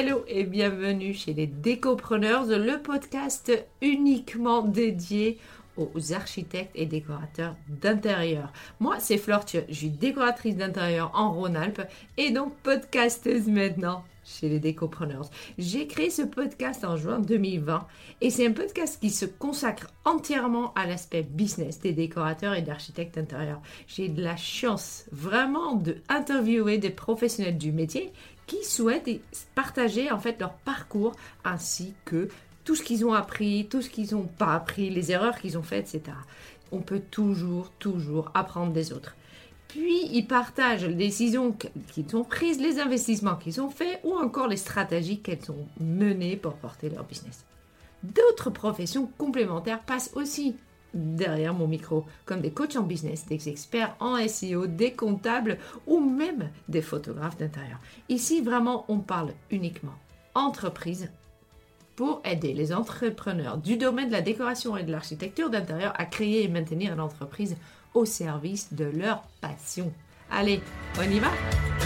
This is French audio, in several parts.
Hello et bienvenue chez les Décopreneurs, le podcast uniquement dédié aux architectes et décorateurs d'intérieur. Moi, c'est Flore, je suis décoratrice d'intérieur en Rhône-Alpes et donc podcasteuse maintenant chez les Décopreneurs. J'ai créé ce podcast en juin 2020 et c'est un podcast qui se consacre entièrement à l'aspect business des décorateurs et d'architectes d'intérieur. J'ai de la chance vraiment d'interviewer des professionnels du métier qui souhaitent partager en fait leur parcours ainsi que tout ce qu'ils ont appris, tout ce qu'ils n'ont pas appris, les erreurs qu'ils ont faites, etc. On peut toujours apprendre des autres. Puis, ils partagent les décisions qu'ils ont prises, les investissements qu'ils ont faits ou encore les stratégies qu'elles ont menées pour porter leur business. D'autres professions complémentaires passent aussi derrière mon micro, comme des coachs en business, des experts en SEO, des comptables ou même des photographes d'intérieur. Ici, vraiment, on parle uniquement entreprise pour aider les entrepreneurs du domaine de la décoration et de l'architecture d'intérieur à créer et maintenir l'entreprise au service de leur passion. Allez, on y va ?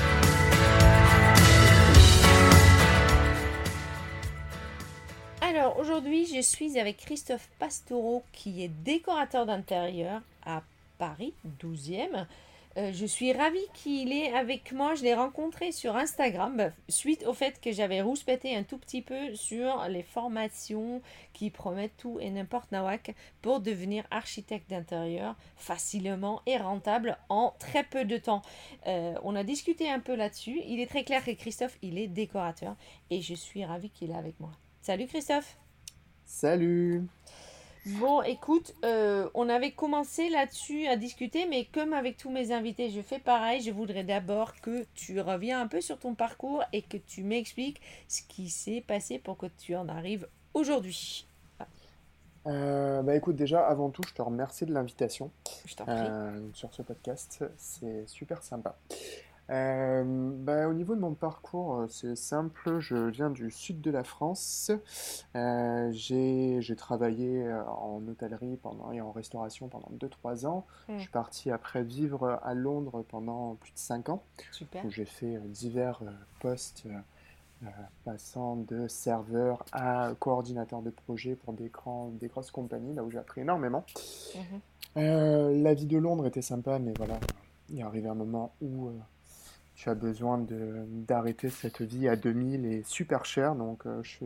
Alors aujourd'hui, je suis avec Christophe Pastoureau qui est décorateur d'intérieur à Paris 12e. Je suis ravie qu'il est avec moi. Je l'ai rencontré sur Instagram suite au fait que j'avais rouspété un tout petit peu sur les formations qui promettent tout et n'importe nawak pour devenir architecte d'intérieur facilement et rentable en très peu de temps. On a discuté un peu là-dessus. Il est très clair que Christophe, il est décorateur et je suis ravie qu'il est avec moi. Salut Christophe. Salut. Bon, écoute, on avait commencé là-dessus à discuter, mais comme avec tous mes invités, je fais pareil. Je voudrais d'abord que tu reviens un peu sur ton parcours et que tu m'expliques ce qui s'est passé pour que tu en arrives aujourd'hui. Écoute, déjà, avant tout, je te remercie de l'invitation Je t'en prie. sur ce podcast. C'est super sympa. Au niveau de mon parcours, c'est simple. Je viens du sud de la France. J'ai travaillé en hôtellerie et en restauration pendant 2 3 ans. Je suis parti après vivre à Londres pendant plus de 5 ans, Super. où j'ai fait divers postes. Passant de serveur à coordinateur de projet pour des grosses compagnies, là où j'ai appris énormément. Mhm. La vie de Londres était sympa, mais voilà, il est arrivé un moment où tu as besoin d'arrêter cette vie à 2000 et super cher. Donc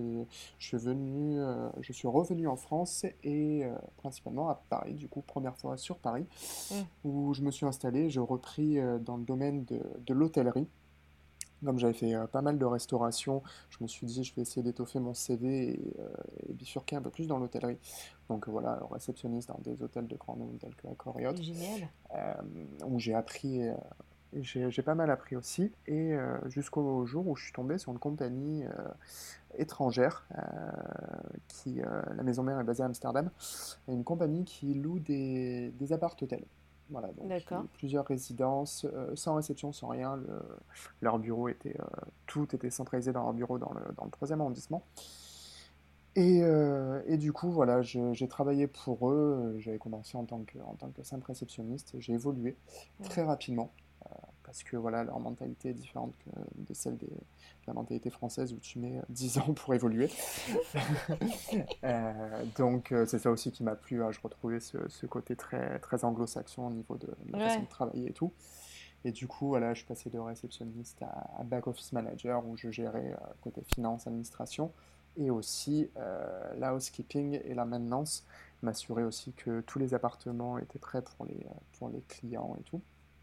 je suis revenu en France et principalement à Paris, du coup, première fois sur Paris, Mm. où je me suis installé. J'ai repris dans le domaine de l'hôtellerie. Comme j'avais fait pas mal de restauration, je me suis dit je vais essayer d'étoffer mon CV et bifurquer un peu plus dans l'hôtellerie. Donc voilà, réceptionniste dans des hôtels de grand nom tels que Accor et autres, Génial. euh, où j'ai appris, j'ai pas mal appris aussi, et jusqu'au jour où je suis tombé sur une compagnie étrangère, la maison mère est basée à Amsterdam, et une compagnie qui loue des appart-hôtels. Voilà, donc D'accord. plusieurs résidences, sans réception, sans rien. Leur bureau tout était centralisé dans leur bureau dans le 3e arrondissement. Et du coup, voilà, j'ai travaillé pour eux. J'avais commencé en tant que simple réceptionniste. J'ai évolué Mm. très rapidement parce que voilà, leur mentalité est différente de celle de la mentalité française où tu mets 10 ans pour évoluer. C'est ça aussi qui m'a plu. Je retrouvais ce côté très anglo-saxon au niveau de la façon Ouais. de travailler et tout. Et du coup, voilà, je suis passé de réceptionniste à back-office manager où je gérais côté finance, administration et aussi la housekeeping et la maintenance, m'assurer aussi que tous les appartements étaient prêts pour les clients et tout.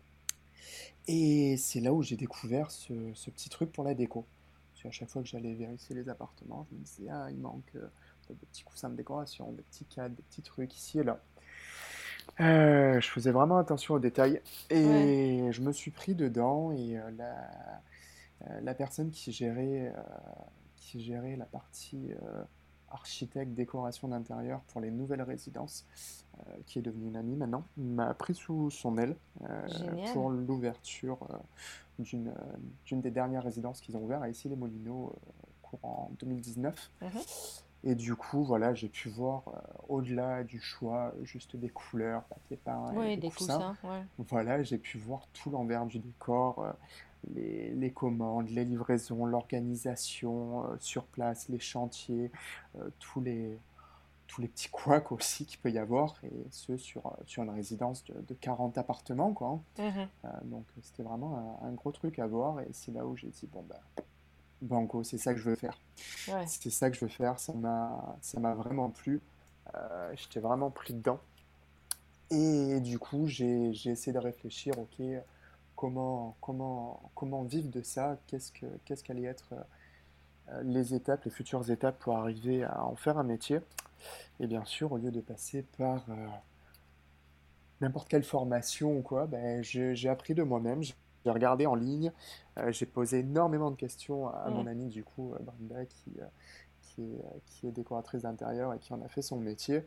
Et c'est là où j'ai découvert ce petit truc pour la déco. Parce qu'à chaque fois que j'allais vérifier les appartements, je me disais, ah, il manque des petits coussins de décoration, des petits cadres, des petits trucs ici et là. Je faisais vraiment attention aux détails Ouais. et je me suis pris dedans et la personne qui gérait la partie architecte décoration d'intérieur pour les nouvelles résidences, qui est devenue une amie maintenant, m'a pris sous son aile Génial. pour l'ouverture d'une d'une des dernières résidences qu'ils ont ouvert à Issy-les-Moulineaux courant 2019. Mhm. Et du coup, voilà, j'ai pu voir au-delà du choix juste des couleurs, papier peint et Oui, des des coussins. coussins. Ouais. Voilà, j'ai pu voir tout l'envers du décor, les commandes, les livraisons, l'organisation sur place, les chantiers, tous tous les petits couacs aussi qu'il peut y avoir, et ce sur une résidence de 40 appartements, quoi, hein. Mhm. Donc c'était vraiment un gros truc à voir, et c'est là où j'ai dit, bon, bah, banco, c'est ça que je veux faire. Ouais. C'est ça que je veux faire, ça m'a vraiment plu. J'étais vraiment pris dedans. Et du coup, j'ai essayé de réfléchir, ok, comment vivre de ça, qu'est-ce qu'allaient être les étapes, les futures étapes pour arriver à en faire un métier. Et bien sûr, au lieu de passer par n'importe quelle formation ou quoi, ben, j'ai appris de moi-même, j'ai regardé en ligne, j'ai posé énormément de questions à Mhm. mon amie, du coup, Brenda, qui est décoratrice d'intérieur et qui en a fait son métier.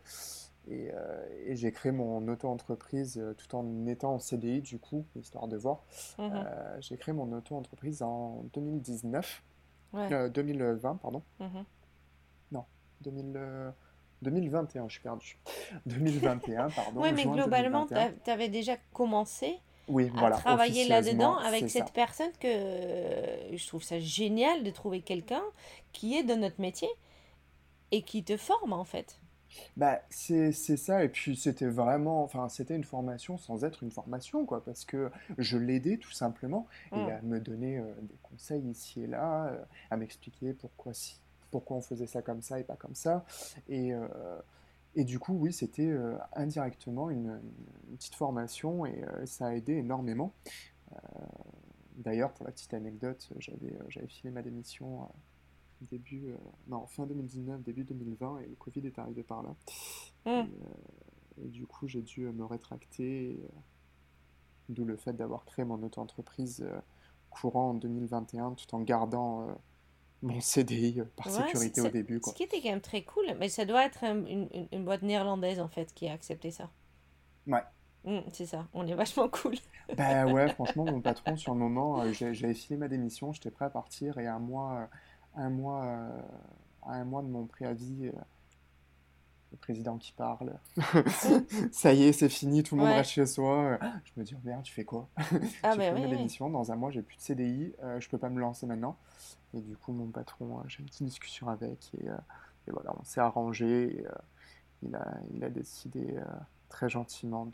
Et j'ai créé mon auto-entreprise tout en étant en CDI, du coup, histoire de voir. Mhm. J'ai créé mon auto-entreprise en 2019, Ouais. 2020, pardon. Mhm. Non, 2000, 2021, je suis perdu. 2021, Ouais, pardon, mais juin globalement, 2021. t'avais déjà commencé Oui, à voilà, travailler là-dedans officieusement, avec c'est cette ça. personne que je trouve ça génial de trouver quelqu'un qui est de notre métier et qui te forme en fait. Bah, c'est ça, et puis c'était vraiment, enfin, c'était une formation sans être une formation, quoi, parce que je l'aidais tout simplement, et Mm. à me donner des conseils ici et là, à m'expliquer pourquoi on faisait ça comme ça et pas comme ça. Et, euh, et du coup, oui, c'était indirectement une petite formation, et ça a aidé énormément. D'ailleurs, pour la petite anecdote, j'avais filé ma démission début, non, fin 2019, début 2020, et le Covid est arrivé par là. Et, Mm. et du coup, j'ai dû me rétracter, d'où le fait d'avoir créé mon auto-entreprise courant en 2021, tout en gardant mon CDI par Ouais, sécurité au début, ce quoi. qui était quand même très cool, mais ça doit être une boîte néerlandaise en fait qui a accepté ça. Ouais. Mm, c'est ça, on est vachement cool. Bah ouais, franchement, mon patron, sur le moment, j'avais filé ma démission, j'étais prêt à partir, et un mois, à un mois de mon préavis, le président qui parle. Mm. Ça y est, c'est fini, tout le monde Ouais, reste chez soi. Je me dis, oh merde, tu fais quoi? ah J'ai ben pris ma oui, oui. démission, dans un mois, j'ai plus de CDI, je peux pas me lancer maintenant. Et du coup, mon patron, j'ai eu une petite discussion avec, et voilà, on s'est arrangé, et il a décidé très gentiment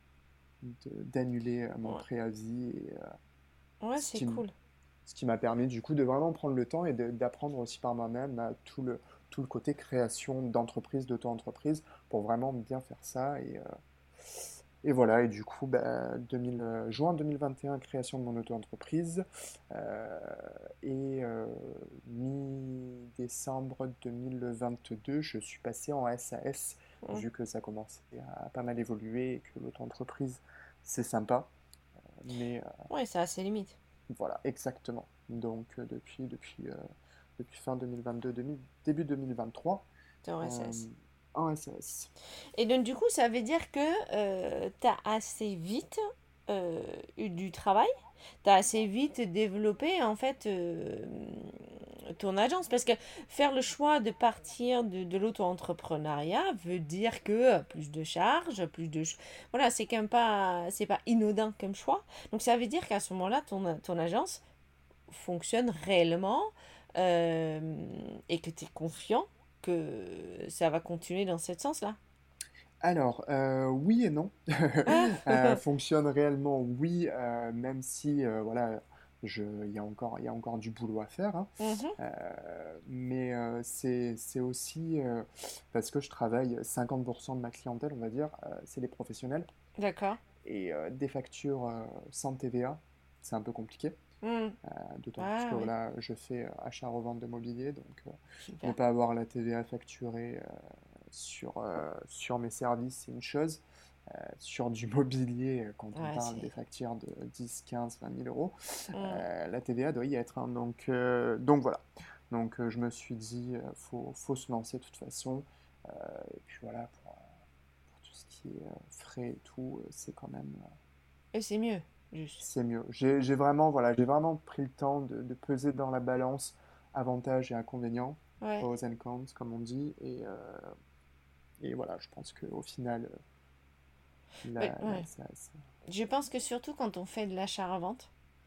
d'annuler mon Ouais, préavis, et ouais, ce c'est qui, m- cool. ce qui m'a permis du coup de vraiment prendre le temps et d'apprendre aussi par moi-même tout le côté création d'entreprise, d'auto-entreprise, pour vraiment bien faire ça. Et voilà, et du coup, bah, juin 2021, création de mon auto-entreprise. euh, et mi-décembre 2022, je suis passé en SAS, Mm. vu que ça commençait à pas mal évoluer et que l'auto-entreprise, c'est sympa. Mais Ouais, ça a ses limites. voilà, exactement. Donc depuis fin 2022, début 2023, T'es en euh, SS. en SAS. Et donc, du coup, ça veut dire que tu as assez vite eu du travail, tu as assez vite développé en fait ton agence. Parce que faire le choix de partir de l'auto-entrepreneuriat veut dire que plus de charges, voilà, c'est quand même pas, c'est pas inodin comme choix. Donc, ça veut dire qu'à ce moment-là, ton agence fonctionne réellement euh, et que tu es confiant que ça va continuer dans ce sens-là. Alors, oui et non. Ah, Fonctionne réellement, oui, même si, voilà, il y a encore du boulot à faire, hein. mhm, Mais c'est aussi parce que je travaille 50% de ma clientèle, on va dire, c'est des professionnels. d'accord. Et des factures sans TVA, c'est un peu compliqué. Hmm. D'autant plus que Ah oui, voilà, je fais achat-revente de mobilier, donc ne super. pas avoir la TVA facturée sur mes services, c'est une chose. Sur du mobilier, quand on Ouais, parle des c'est. factures de 10, 15, 20 000 euros, Hmm. la TVA doit y être, hein. Donc voilà. Donc je me suis dit, faut se lancer de toute façon. Et puis voilà, pour tout ce qui est frais et tout, c'est quand même, Et c'est mieux, juste. c'est mieux. J'ai vraiment, voilà, j'ai vraiment pris le temps de peser dans la balance avantages et inconvénients, Ouais. pros and cons, comme on dit. Et voilà, je pense qu'au final, Mais, ouais. ça- Je pense que surtout quand on fait de l'achat-revente,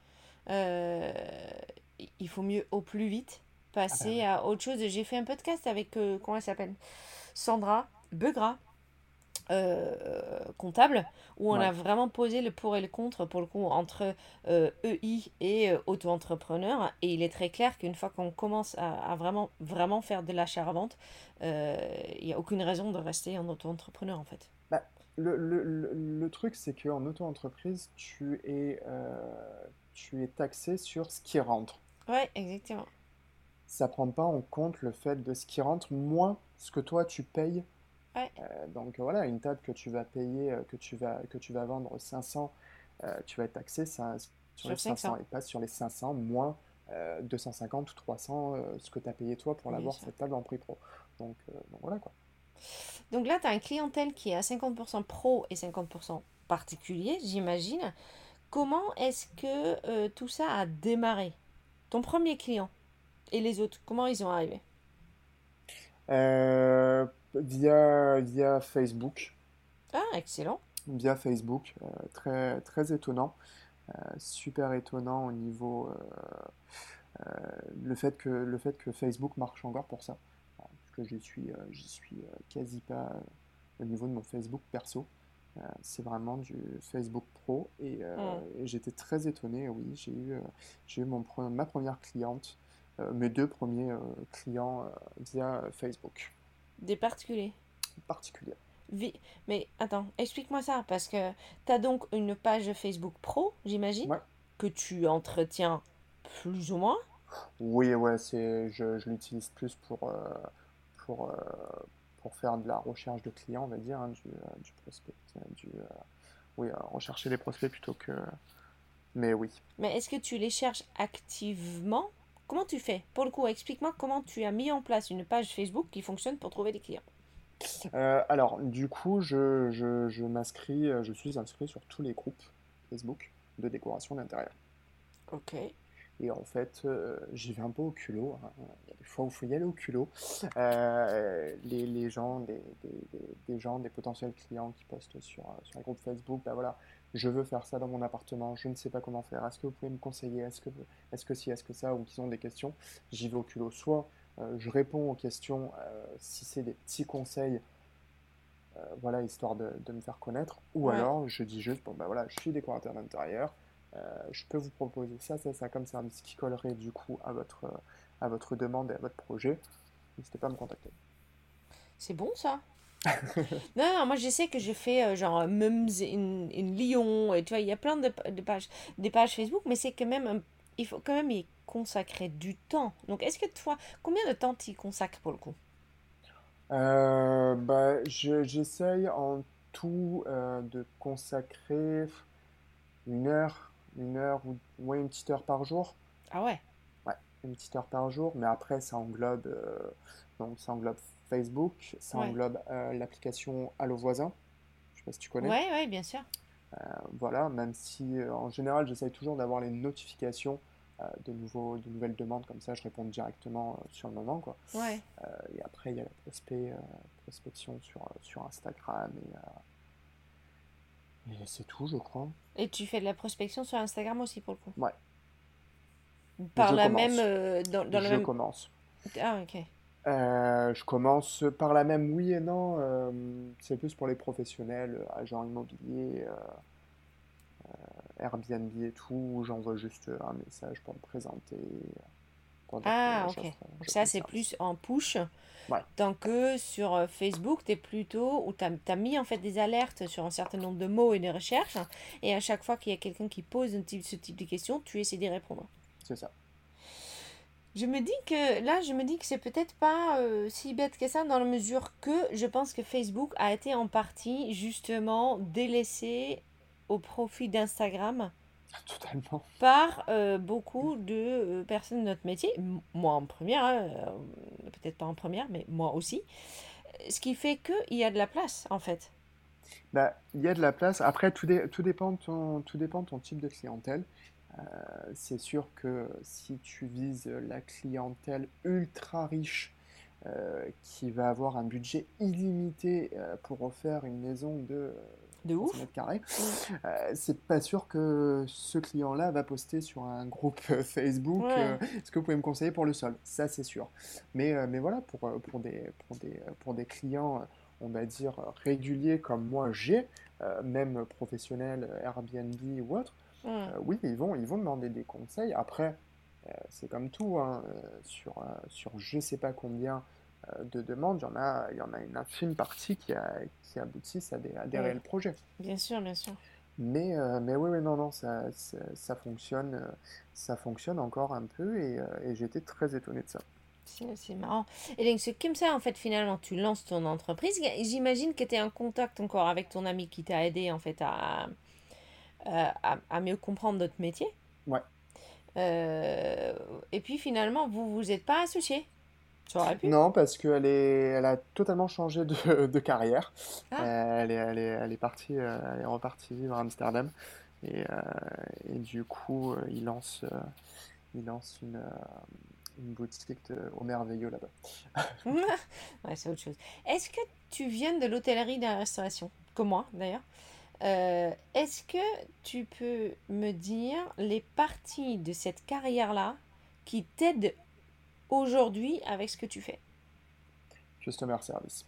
euh, il faut mieux au plus vite Ah bah passer ouais. à autre chose. J'ai fait un podcast avec, comment elle s'appelle? Sandra Begra, comptable, où on Ouais. a vraiment posé le pour et le contre, pour le coup, entre EI et auto-entrepreneur. Et il est très clair qu'une fois qu'on commence à vraiment, vraiment faire de l'achat-revente, il n'y a aucune raison de rester en auto-entrepreneur, en fait. Bah, le truc, c'est qu'en auto-entreprise, tu es taxé sur ce qui rentre. Ouais, exactement. Ça prend pas en compte le fait de ce qui rentre, moins ce que toi tu payes. Ouais, Donc voilà, une table que tu vas payer, que tu vas vendre 500, tu vas être taxé sur les sur 500, 500 et pas sur les 500 moins 250 ou 300, ce que tu as payé toi pour bien l'avoir sûr. cette table en prix pro. Donc voilà quoi. Donc là, tu as une clientèle qui est à 50% pro et 50% particulier, j'imagine. Comment est-ce que tout ça a démarré? Ton premier client et les autres, comment ils ont arrivé? Via Facebook, Ah, excellent. très, très étonnant, super étonnant au niveau le fait que Facebook marche encore pour ça. Parce que j'y suis quasi pas au niveau de mon Facebook perso. C'est vraiment du Facebook Pro Hmm. et j'étais très étonné. Oui, j'ai eu ma première cliente, mes deux premiers clients via Facebook Des particuliers. particulier. Vi- Mais attends, explique-moi ça, parce que tu as donc une page Facebook pro, j'imagine, Ouais. que tu entretiens plus ou moins. Oui, ouais, je l'utilise plus pour, euh, pour faire de la recherche de clients, on va dire, hein, du prospect, oui, rechercher les prospects plutôt que. Mais oui. Mais est-ce que tu les cherches activement? Comment tu fais? Pour le coup, explique-moi comment tu as mis en place une page Facebook qui fonctionne pour trouver des clients. Alors, du coup, je suis inscrit sur tous les groupes Facebook de décoration d'intérieur. Ok. Et en fait, j'y vais un peu au culot, hein. Il y a des fois où il faut y aller au culot. Les gens, des gens, des potentiels clients qui postent sur les groupes Facebook, bah voilà, je veux faire ça dans mon appartement, je ne sais pas comment faire, est-ce que vous pouvez me conseiller, est-ce que si, est-ce que ça, ou qu'ils ont des questions, j'y vais au culot. Soit je réponds aux questions si c'est des petits conseils, voilà, histoire de me faire connaître, ou Ouais. alors je dis juste, bon bah voilà, je suis décorateur d'intérieur, je peux vous proposer ça comme service qui collerait du coup à votre demande et à votre projet. N'hésitez pas à me contacter. C'est bon ça? Non, non, moi je sais que je fais genre Mums in Lyon, et tu vois, il y a plein de pages, des pages Facebook, mais c'est quand même, il faut quand même y consacrer du temps. Donc est-ce que toi, combien de temps tu y consacres pour le coup? Bah, j'essaye en tout de consacrer une heure ou ouais, une petite heure par jour. Ah ouais, Ouais, une petite heure par jour, mais après donc ça englobe Facebook, ça ouais. englobe l'application Allo Voisin, je sais pas si tu connais. Ouais, ouais, bien sûr. Voilà, même si en général j'essaye toujours d'avoir les notifications de nouvelles demandes, comme ça je réponds directement sur le moment, quoi. Ouais. Et après il y a la prospection sur Instagram et c'est tout, je crois. Et tu fais de la prospection sur Instagram aussi pour le coup. Ouais, Par je la même, commence. dans le Je même. commence. Ah ok. Je commence par la même, oui et non. C'est plus pour les professionnels, agents immobiliers, Airbnb et tout, où j'envoie juste un message pour me présenter, pour dire que Ah ok. Donc j'offre ça mes c'est services. plus en push. Ouais, Tant que sur Facebook, t'es plutôt, où t'as mis en fait des alertes sur un certain nombre de mots et de recherches, et à chaque fois qu'il y a quelqu'un qui pose ce type de questions, tu essaies d'y répondre. c'est ça. Je me dis que là, je me dis que c'est peut-être pas si bête que ça, dans la mesure que je pense que Facebook a été en partie justement délaissé au profit d'Instagram Totalement. par beaucoup de personnes de notre métier, moi en première, hein, peut-être pas en première, mais moi aussi. Ce qui fait qu'il y a de la place, en fait. Bah, il y a de la place. Après, tout dépend de ton type de clientèle. C'est sûr que si tu vises la clientèle ultra riche, qui va avoir un budget illimité pour refaire une maison de De 300 ouf. mètres carrés. Mm. C'est pas sûr que ce client-là va poster sur un groupe Facebook. Ouais. Est-ce que vous pouvez me conseiller pour le sol? Ça, c'est sûr. Mais voilà, pour des clients, on va dire, réguliers comme moi j'ai, même professionnels, Airbnb ou autre, Mm. oui, ils vont demander des conseils. Après, c'est comme tout, hein, sur je sais pas combien de demandes, il y en a une infime partie qui aboutissent à des Oui, réels projets. bien sûr, bien sûr. Mais oui, oui, non, non, ça fonctionne encore un peu et j'étais très étonné de ça. C'est marrant. Et donc, c'est comme ça, en fait, finalement, tu lances ton entreprise. J'imagine que tu es en contact encore avec ton ami qui t'a aidé, en fait, à mieux comprendre notre métier. Ouais. Euh, et puis, finalement, vous vous êtes pas associés. Ça aurait pu. Non, parce elle a totalement changé de carrière. Ah, Elle est repartie vivre à Amsterdam. Et, euh, et du coup, il lance une boutique au merveilleux là-bas. ouais, c'est autre chose. Est-ce que tu viens de l'hôtellerie et de la restauration, comme moi, d'ailleurs? Est-ce que tu peux me dire les parties de cette carrière-là qui t'aident aujourd'hui avec ce que tu fais? Customer service.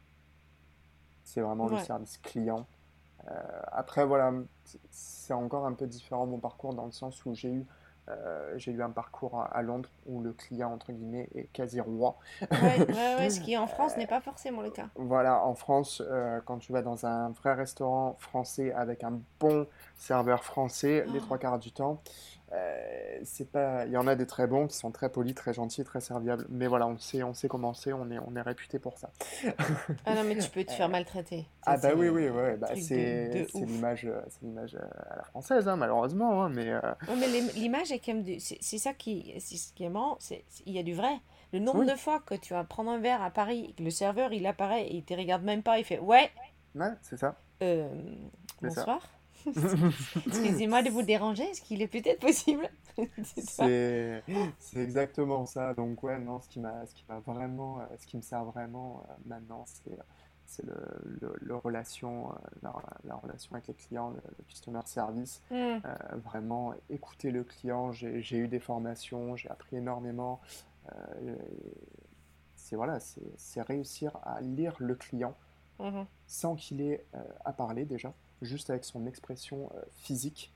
C'est vraiment le Ouais. service client. Après, voilà, c'est encore un peu différent mon parcours dans le sens où j'ai eu un parcours à Londres où le client, entre guillemets, est quasi roi. Ouais, ouais, ouais, ce qui en France n'est pas forcément le cas. Voilà, en France, quand tu vas dans un vrai restaurant français avec un bon serveur français, les trois quarts du temps, c'est pas, il y en a des très bons qui sont très polis, très gentils, très serviables. Mais voilà, on sait comment c'est, on est réputé pour ça. Ah non, mais tu peux te faire maltraiter. Ça, Ah bah oui, oui, c'est ouais, un bah truc de ouf. c'est l'image à la française, hein, malheureusement, hein, Ouais, mais l'image est quand même c'est ça c'est ce qui est marrant, il y a du vrai. Le nombre oui, de fois que tu vas prendre un verre à Paris, et que le serveur il apparaît et il te regarde même pas, il fait ouais, ouais, c'est ça, euh, c'est ça. bonsoir. Excusez-moi de vous déranger, est-ce qu'il est peut-être possible? C'est ça. C'est, c'est exactement ça. Donc ouais, non, ce qui me sert vraiment maintenant, c'est le relation, la relation avec les clients, le customer service. Hmm. Vraiment écouter le client. J'ai eu des formations, j'ai appris énormément. Et c'est voilà, c'est réussir à lire le client Mhm. sans qu'il ait à parler déjà, juste avec son expression physique.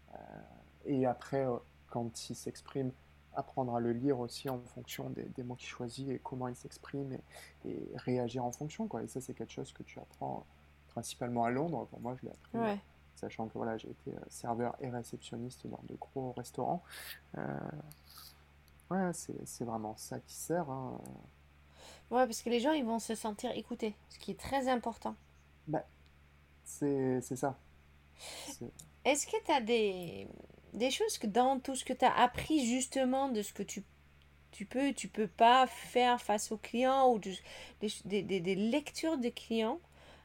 Et après, quand il s'exprime, apprendre à le lire aussi en fonction des mots qu'il choisit et comment il s'exprime et réagir en fonction, quoi. Et ça, c'est quelque chose que tu apprends principalement à Londres. Pour moi, je l'ai appris, Ouais. sachant que voilà, j'ai été serveur et réceptionniste dans de gros restaurants. Euh, ouais, c'est vraiment ça qui sert, hein. Ouais, parce que les gens ils vont se sentir écoutés, ce qui est très important. Bah, c'est ça. C'est- Est-ce que tu as des choses que dans tout ce que tu as appris justement de ce que tu peux pas faire face aux clients ou des lectures de clients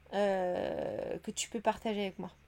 que tu peux partager avec moi?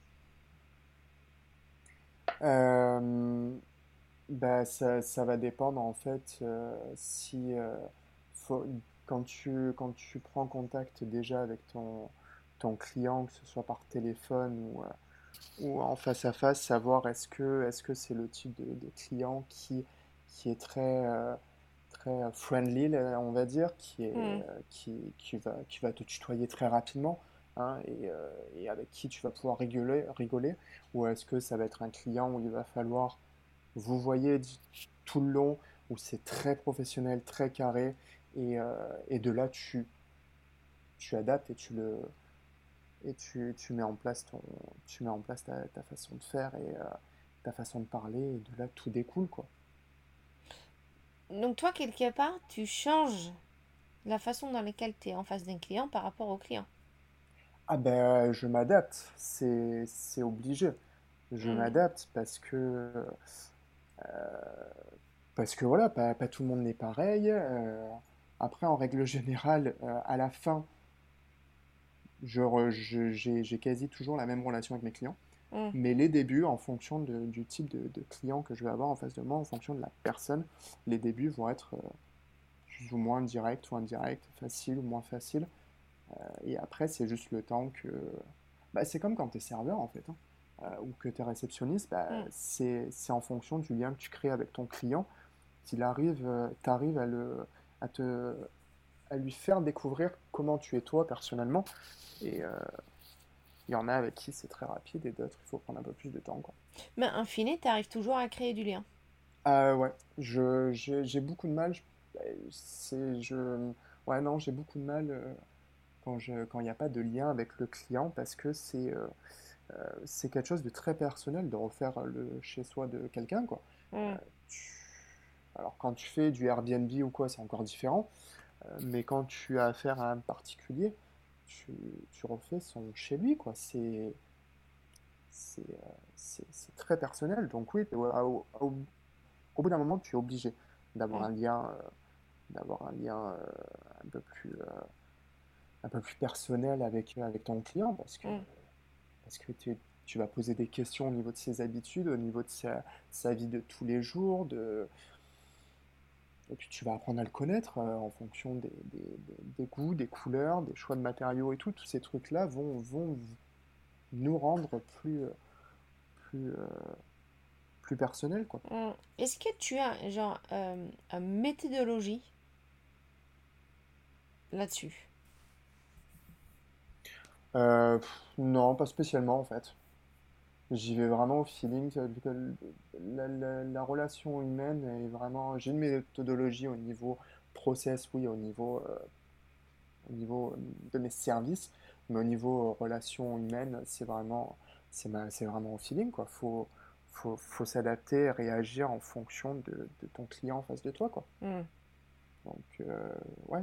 Euh, Bah, ça va dépendre en fait si faut, quand tu prends contact déjà avec ton client, que ce soit par téléphone ou en face à face, savoir est-ce que c'est le type de client qui est très friendly, là, on va dire, Hmm. qui va te tutoyer très rapidement, hein, et avec qui tu vas pouvoir rigoler, ou est-ce que ça va être un client où il va falloir vous voyez tout le long où c'est très professionnel, très carré, et de là tu adaptes et tu mets en place tu mets en place ta façon de faire et ta façon de parler, et de là tout découle quoi. Donc toi, quelque part, tu changes la façon dans laquelle tu es en face d'un client par rapport au client. Ah ben je m'adapte, c'est obligé. Je Hmm. m'adapte parce que voilà, pas tout le monde n'est pareil. Après, en règle générale, à la fin, j'ai quasi toujours la même relation avec mes clients. Hmm. Mais les débuts, en fonction du type de client que je vais avoir en face de moi, en fonction de la personne, les débuts vont être plus ou moins directs ou indirects, faciles ou moins faciles. Et après, c'est juste le temps Bah, c'est comme quand tu es serveur en fait, hein, ou que tu es réceptionniste, bah, Mm. c'est en fonction du lien que tu crées avec ton client qu'il arrive, t'arrives à te, à lui faire découvrir comment tu es toi personnellement. Et il y en a avec qui c'est très rapide et d'autres il faut prendre un peu plus de temps, quoi. Mais in fine, tu arrives toujours à créer du lien. Ouais, j'ai beaucoup de mal. Ouais, non, j'ai beaucoup de mal quand il n'y a pas de lien avec le client parce que c'est quelque chose de très personnel de refaire le chez-soi de quelqu'un, quoi. Euh, Mm. tu- Alors, quand tu fais du Airbnb ou quoi, c'est encore différent. Mais quand tu as affaire à un particulier, tu, tu refais son chez lui, quoi. C'est très personnel. Donc oui, au bout d'un moment, tu es obligé d'avoir Mm. un lien, un peu un peu plus personnel avec ton client Mm. parce que tu vas poser des questions au niveau de ses habitudes, au niveau de sa vie de tous les jours, et puis tu vas apprendre à le connaître en fonction des goûts, des couleurs, des choix de matériaux et tout. Tous ces trucs-là vont nous rendre plus, euh, plus personnels, quoi. Mm. Est-ce que tu as genre une méthodologie là-dessus? Non, pas spécialement en fait. J'y vais vraiment au feeling. La relation humaine est vraiment. J'ai une méthodologie au niveau process, oui, au niveau de mes services, mais au niveau relation humaine, c'est vraiment au feeling, quoi. Faut s'adapter, réagir en fonction de ton client en face de toi, quoi. Mm. Donc, ouais,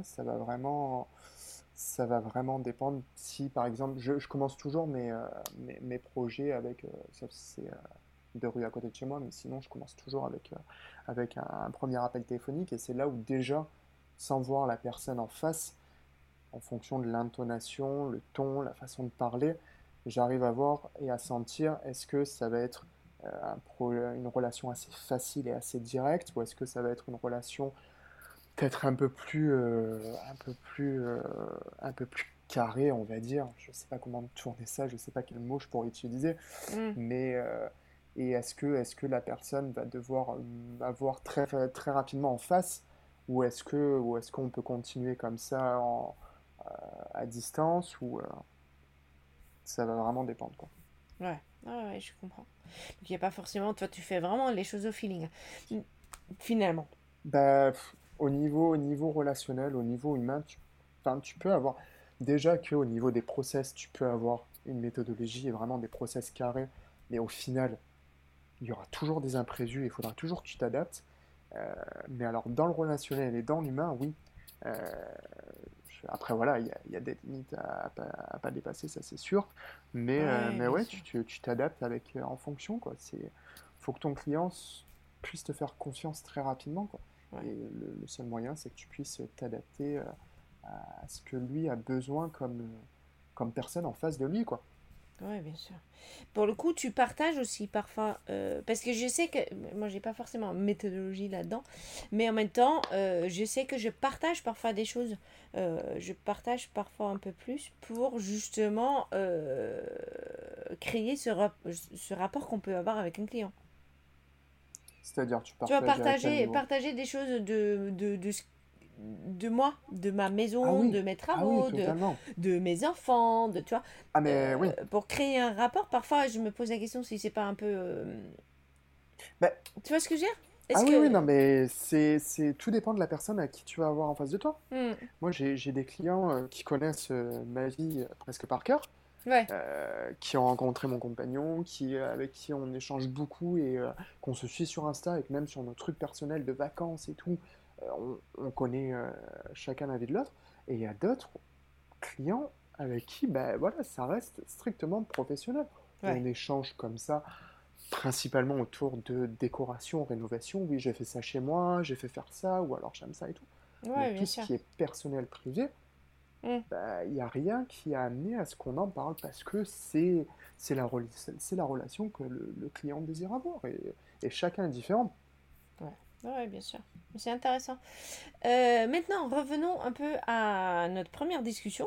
ça va vraiment dépendre. Si, par exemple, je commence toujours mes projets avec, sauf si c'est 2 rues à côté de chez moi, mais sinon, je commence toujours avec un premier appel téléphonique, et c'est là où déjà, sans voir la personne en face, en fonction de l'intonation, le ton, la façon de parler, j'arrive à voir et à sentir est-ce que ça va être une relation assez facile et assez directe, ou est-ce que ça va être une relation peut-être un peu plus carré, on va dire. Je sais pas comment tourner ça, je sais pas quel mot je pourrais utiliser, Mm. mais et est-ce que la personne va devoir m'avoir très rapidement en face, ou est-ce qu'on peut continuer comme ça à distance, ou ça va vraiment dépendre, quoi. Ouais. Ah ouais, je comprends. Donc il n'y a pas forcément. Toi, tu fais vraiment les choses au feeling. Mm. Finalement. Bah, au niveau relationnel, au niveau humain, enfin, tu peux avoir, déjà qu'au niveau des process, tu peux avoir une méthodologie et vraiment des process carrés, mais au final, il y aura toujours des imprévus, il faudra toujours que tu t'adaptes. Mais alors, dans le relationnel et dans l'humain, oui. Euh, Après, voilà, il y a des limites à pas dépasser, ça c'est sûr. Ouais, Mais bien ouais, sûr. tu t'adaptes en fonction, quoi. Faut que ton client puisse te faire confiance très rapidement, quoi. Ouais. Et le seul moyen, c'est que tu puisses t'adapter à ce que lui a besoin comme personne en face de lui, quoi. Ouais, bien sûr. Pour le coup, tu partages aussi parfois, parce que je sais que moi j'ai pas forcément une méthodologie là-dedans, mais en même temps, je sais que je partage parfois des choses. Je partage parfois un peu plus pour justement créer ce rapport qu'on peut avoir avec un client. C'est-à-dire, tu Tu vas partages à quel niveau? partager des choses de moi, de ma Ah maison, oui, de mes ah oui, travaux, totalement. de mes enfants, de tu vois, Ah mais oui. pour créer un rapport. Parfois, je me pose la question si c'est pas un peu, Ben, tu vois ce que je veux dire? ah Est-ce oui, oui, non, que, mais tout dépend de la personne à qui tu vas avoir en face de toi. hmm, Moi, j'ai des clients qui connaissent ma vie presque par cœur, ouais, qui ont rencontré mon compagnon, avec qui on échange beaucoup et qu'on se suit sur Insta et que même sur nos trucs personnels de vacances et tout, on connaît chacun la vie de l'autre. Et il y a d'autres clients avec qui, ben voilà, ça reste strictement professionnel. On ouais, échange comme ça, principalement autour de décoration, rénovation. Oui, j'ai fait ça chez moi, j'ai fait faire ça, ou alors j'aime ça et tout. Mais ouais, bien tout ce sûr. qui est personnel, privé, Hmm, bah, il n'y a rien qui a amené à ce qu'on en parle parce que c'est la relation que le client désire avoir et chacun est différent. ouais, ouais, bien sûr. C'est intéressant. Maintenant, revenons un peu à notre première discussion.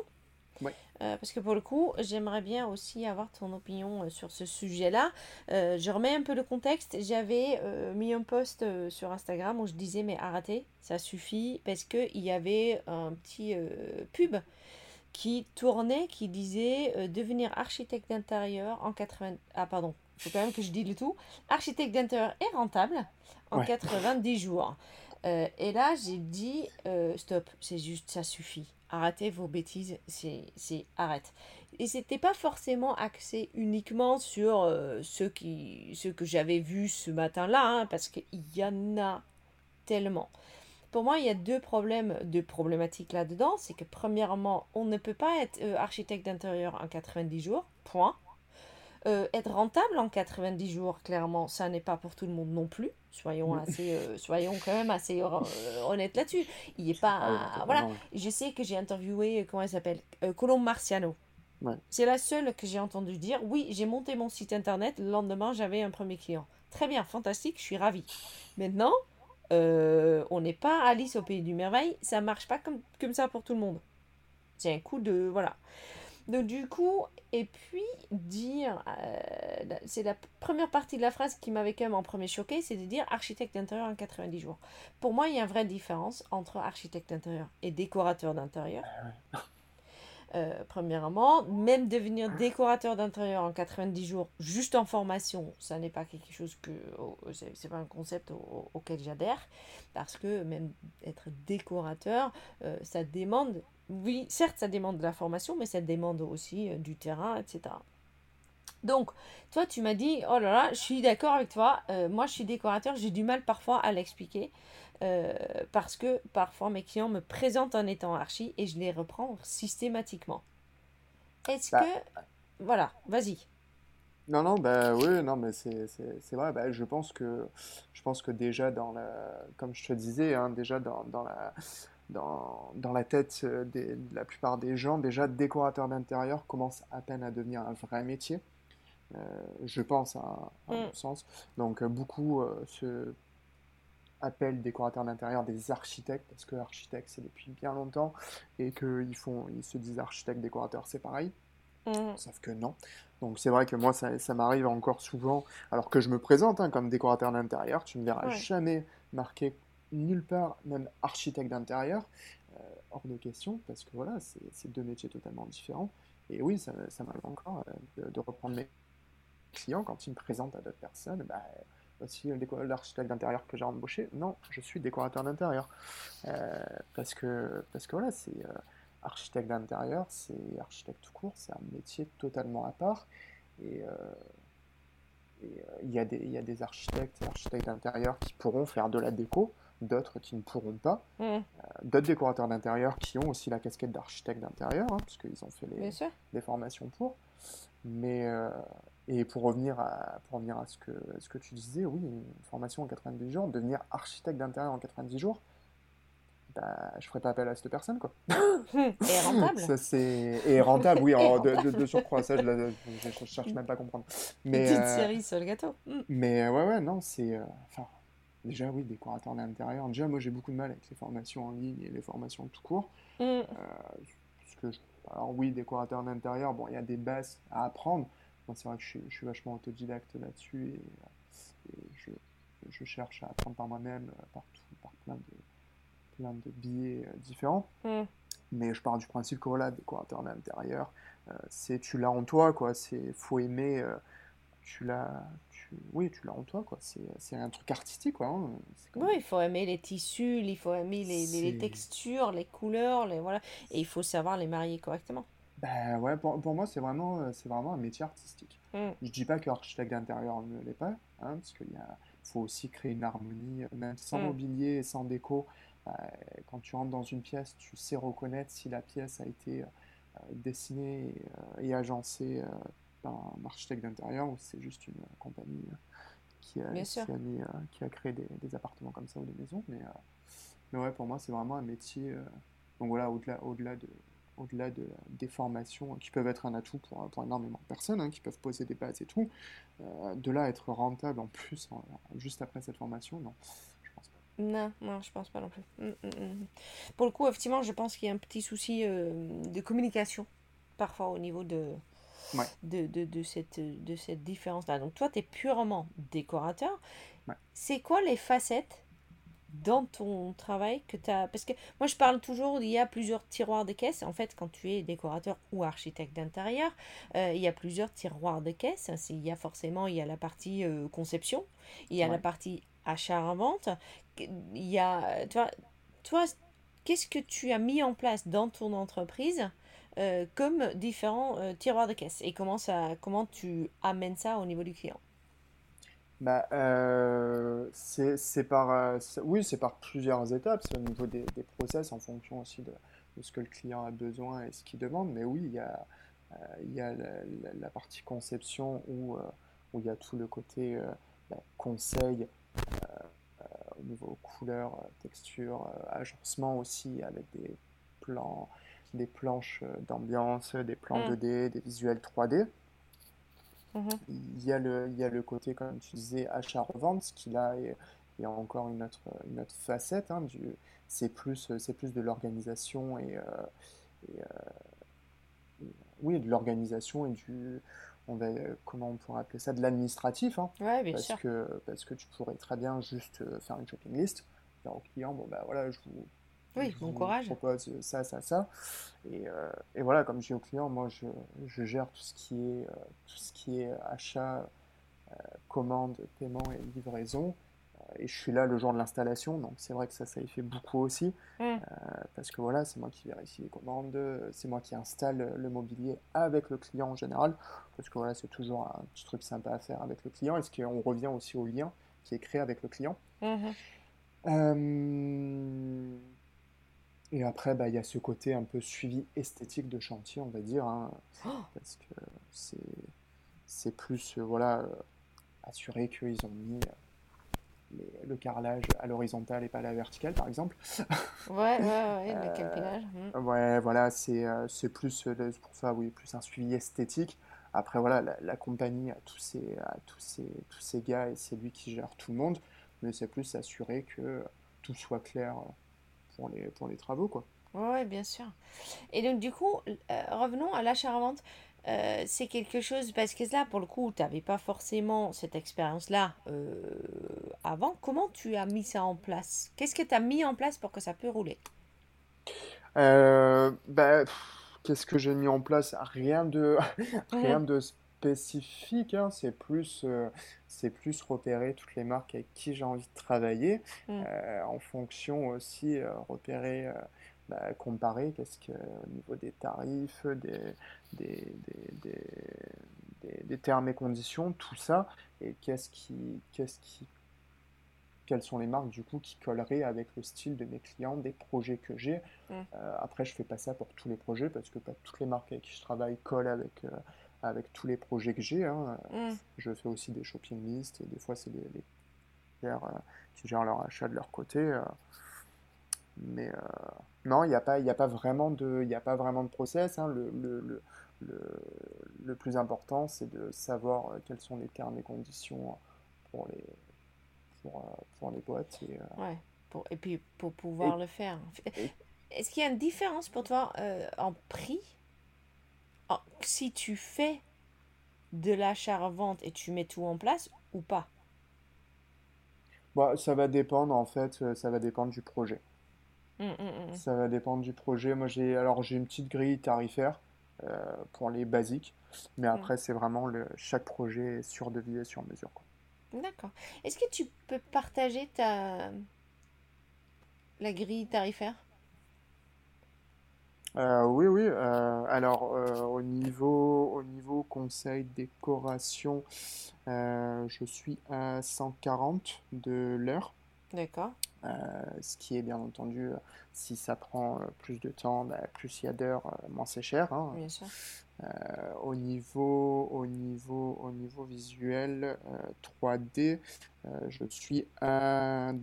Ouais. Parce que pour le coup, j'aimerais bien aussi avoir ton opinion sur ce sujet-là. Je remets un peu le contexte. J'avais mis un post sur Instagram où je disais mais arrêtez, ça suffit parce qu'il y avait un petit pub qui tournait qui disait devenir architecte d'intérieur en 80... Ah pardon, il faut quand même que je dise le tout. Architecte d'intérieur est rentable en Ouais. 90 jours. Et là, j'ai dit stop, c'est juste, ça suffit. Arrêtez vos bêtises, arrête. Et c'était pas forcément axé uniquement sur ceux que j'avais vus ce matin-là, hein, parce qu'il y en a tellement. Pour moi, il y a deux problématiques là-dedans. C'est que premièrement, on ne peut pas être architecte d'intérieur en 90 jours, point. Être rentable en 90 jours, clairement, ça n'est pas pour tout le monde non plus. Soyons quand même assez honnêtes là-dessus. Il est Ah oui, non, pas, voilà. totalement. Je sais que j'ai interviewé, comment elle s'appelle, Colombe Marciano. Ouais. C'est la seule que j'ai entendu dire. Oui, j'ai monté mon site internet. Le lendemain, j'avais un premier client. Très bien, fantastique, je suis ravie. Maintenant, on n'est pas Alice au pays du merveille. Ça marche pas comme ça pour tout le monde. C'est un coup de, voilà. Donc du coup, et puis dire, c'est la première partie de la phrase qui m'avait quand même en premier choqué, c'est de dire architecte d'intérieur en 90 jours. Pour moi, il y a une vraie différence entre architecte d'intérieur et décorateur d'intérieur. Premièrement, même devenir décorateur d'intérieur en 90 jours, juste en formation, ça n'est pas quelque chose c'est pas un concept auquel j'adhère, parce que même être décorateur, ça demande, oui, certes, ça demande de la formation, mais ça demande aussi du terrain, etc. Donc, toi, tu m'as dit, oh là là, je suis d'accord avec toi. Moi, je suis décorateur, j'ai du mal parfois à l'expliquer parce que parfois mes clients me présentent en étant archi et je les reprends systématiquement. Est-ce que, Bah, voilà, vas-y. non, non, bah oui, non, mais c'est vrai. Bah, je pense que déjà comme je te disais, hein, déjà dans la tête de la plupart des gens, déjà décorateur d'intérieur commence à peine à devenir un vrai métier. Euh, je pense, à Mm, mon sens. Donc beaucoup se appellent décorateurs d'intérieur des architectes parce que architecte c'est depuis bien longtemps et ils se disent architectes décorateurs, c'est pareil. mm, Sauf que non. Donc c'est vrai que moi, ça m'arrive encore souvent, alors que je me présente hein, comme décorateur d'intérieur, tu ne me verras ouais. jamais marqué nulle part, même architecte d'intérieur, hors de question, parce que voilà, c'est deux métiers totalement différents. Et oui, ça m'arrive encore de reprendre mes clients quand ils me présentent à d'autres personnes. Bah, voici l'architecte d'intérieur que j'ai embauché. Non, je suis décorateur d'intérieur. Parce que voilà, c'est architecte d'intérieur, c'est architecte tout court, c'est un métier totalement à part. Et il y a des architectes et architectes d'intérieur qui pourront faire de la déco, d'autres qui ne pourront pas. Mm, D'autres décorateurs d'intérieur qui ont aussi la casquette d'architecte d'intérieur, hein, puisqu'ils ont fait bien sûr. les formations pour. Mais, et pour revenir à ce que tu disais, oui, une formation en 90 jours, devenir architecte d'intérieur en 90 jours, bah, je ferais pas appel à cette personne, quoi. Et rentable. Ça, c'est... Et rentable, oui, Et alors, rentable. de surcroît, ça, je cherche même pas à comprendre. Mais, Petite série sur le gâteau. Mm, ouais, ouais, non, enfin, déjà, oui, décorateur d'intérieur. Déjà, moi, j'ai beaucoup de mal avec les formations en ligne et les formations tout court. mm, Euh, puisque alors oui, décorateur d'intérieur, bon, il y a des bases à apprendre. Moi, c'est vrai que je suis vachement autodidacte là-dessus et je cherche à apprendre par moi-même, par plein de biais différents. mm. Mais je pars du principe que voilà, décorateur d'intérieur, tu l'as en toi, quoi. Faut aimer, oui, tu l'as en toi, quoi. C'est un truc artistique, quoi, hein. C'est comme, Oui, il faut aimer les tissus, il faut aimer les c'est, textures, les couleurs, voilà. Et il faut savoir les marier correctement. bah ouais, pour moi, c'est vraiment un métier artistique. Mm, Je dis pas que architecte d'intérieur ne l'est pas, hein, parce faut aussi créer une harmonie, même sans mm. mobilier et sans déco. Bah, quand tu rentres dans une pièce, tu sais reconnaître si la pièce a été dessinée et agencée par un architecte d'intérieur ou si c'est juste une compagnie Bien sûr. qui a créé des appartements comme ça ou des maisons. Mais ouais, pour moi, c'est vraiment un métier. Donc voilà, au-delà des formations qui peuvent être un atout pour énormément de personnes, hein, qui peuvent poser des bases et tout, de là à être rentable en plus, juste après cette formation, non, je pense pas. Non, non, je pense pas non plus. Pour le coup, effectivement, je pense qu'il y a un petit souci de communication parfois au niveau Ouais, de cette différence-là. Donc toi, tu es purement décorateur. ouais, C'est quoi les facettes dans ton travail que tu as... Parce que moi, je parle toujours, il y a plusieurs tiroirs de caisses. En fait, quand tu es décorateur ou architecte d'intérieur, il y a plusieurs tiroirs de caisses. Il y a forcément, il y a la partie conception, il y a la ouais. partie achat-revente, il y a... toi, qu'est-ce que tu as mis en place dans ton entreprise comme différents tiroirs de caisse et comment tu amènes ça au niveau du client? Bah, oui, c'est par plusieurs étapes. C'est au niveau des process en fonction aussi de ce que le client a besoin et ce qu'il demande. Mais oui, il y a la partie conception où il y a tout le côté conseil au niveau couleur, texture, agencement aussi avec plans, des planches d'ambiance, des plans Mm, 2D, des visuels 3D. mhm, Il y a le côté, comme tu disais, achat-revente, ce qui là est encore une autre facette. Hein, c'est plus de l'organisation et, oui, de l'organisation et comment on pourrait appeler ça, de l'administratif. Hein, ouais, bien sûr. parce que tu pourrais très bien juste faire une shopping list, dire au client, bon bah voilà, Oui, je bon vous courage. propose ça, ça, ça. Et voilà, comme je dis au client, je gère tout ce qui est achat, commande, paiement et livraison. Et je suis là le jour de l'installation, donc c'est vrai que ça y fait beaucoup aussi. Mm, Parce que voilà, c'est moi qui vérifie les commandes, c'est moi qui installe le mobilier avec le client en général. Parce que voilà, c'est toujours un petit truc sympa à faire avec le client. Et ce qu'on revient aussi au lien qui est créé avec le client. mhm. Euh, et après, bah, il y a ce côté un peu suivi esthétique de chantier, on va dire, hein, Oh, parce que c'est, c'est plus, voilà, assurer qu'ils ont mis le carrelage à l'horizontale et pas à la verticale, par exemple. ouais, ouais, ouais, le Euh, calpinage. ouais, voilà, c'est plus c'est pour ça, oui, plus un suivi esthétique. Après, voilà, la compagnie tous ces gars et c'est lui qui gère tout le monde, mais c'est plus s'assurer que tout soit clair pour les travaux, quoi. Ouais, ouais, bien sûr. Et donc, du coup, revenons à l'achat-revente. C'est quelque chose, parce que là, pour le coup, tu n'avais pas forcément cette expérience-là avant. Comment tu as mis ça en place? Qu'est-ce que tu as mis en place pour que ça puisse rouler? Bah, qu'est-ce que j'ai mis en place? Rien de, rien Mhm, de spécifique, hein. C'est plus repérer toutes les marques avec qui j'ai envie de travailler. mhm, En fonction aussi, repérer, comparer, au niveau des tarifs, des, des, des, des termes et conditions, tout ça, et quelles sont les marques du coup qui colleraient avec le style de mes clients, des projets que j'ai. mhm, Après, je fais pas ça pour tous les projets parce que pas toutes les marques avec qui je travaille collent avec tous les projets que j'ai. Hein. mhm. Je fais aussi des shopping lists et des fois, c'est les gèrent, qui gèrent leur achat de leur côté. Mais non, il y a pas vraiment il y a pas vraiment de process. Hein. Le, le plus important, c'est de savoir quels sont les termes et conditions pour pour les boîtes. Ouais. Et puis, pour pouvoir Et, le faire. et Est-ce qu'il y a une différence pour toi en prix si tu fais de l'achat-revente et tu mets tout en place ou pas? Bah, ça va dépendre en fait, ça va dépendre du projet. Mhm, mhm, Ça va dépendre du projet. Moi, j'ai une petite grille tarifaire pour les basiques, mais mhm. après, c'est vraiment chaque projet est sur devis et sur mesure, quoi. D'accord. Est-ce que tu peux partager la grille tarifaire? Oui, oui. Alors, au niveau conseil décoration, je suis à 140 de l'heure. D'accord, Ce qui est bien entendu, si ça prend plus de temps, bah, plus il y a d'heures, moins c'est cher. Hein. bien sûr. Au niveau visuel 3D, je suis à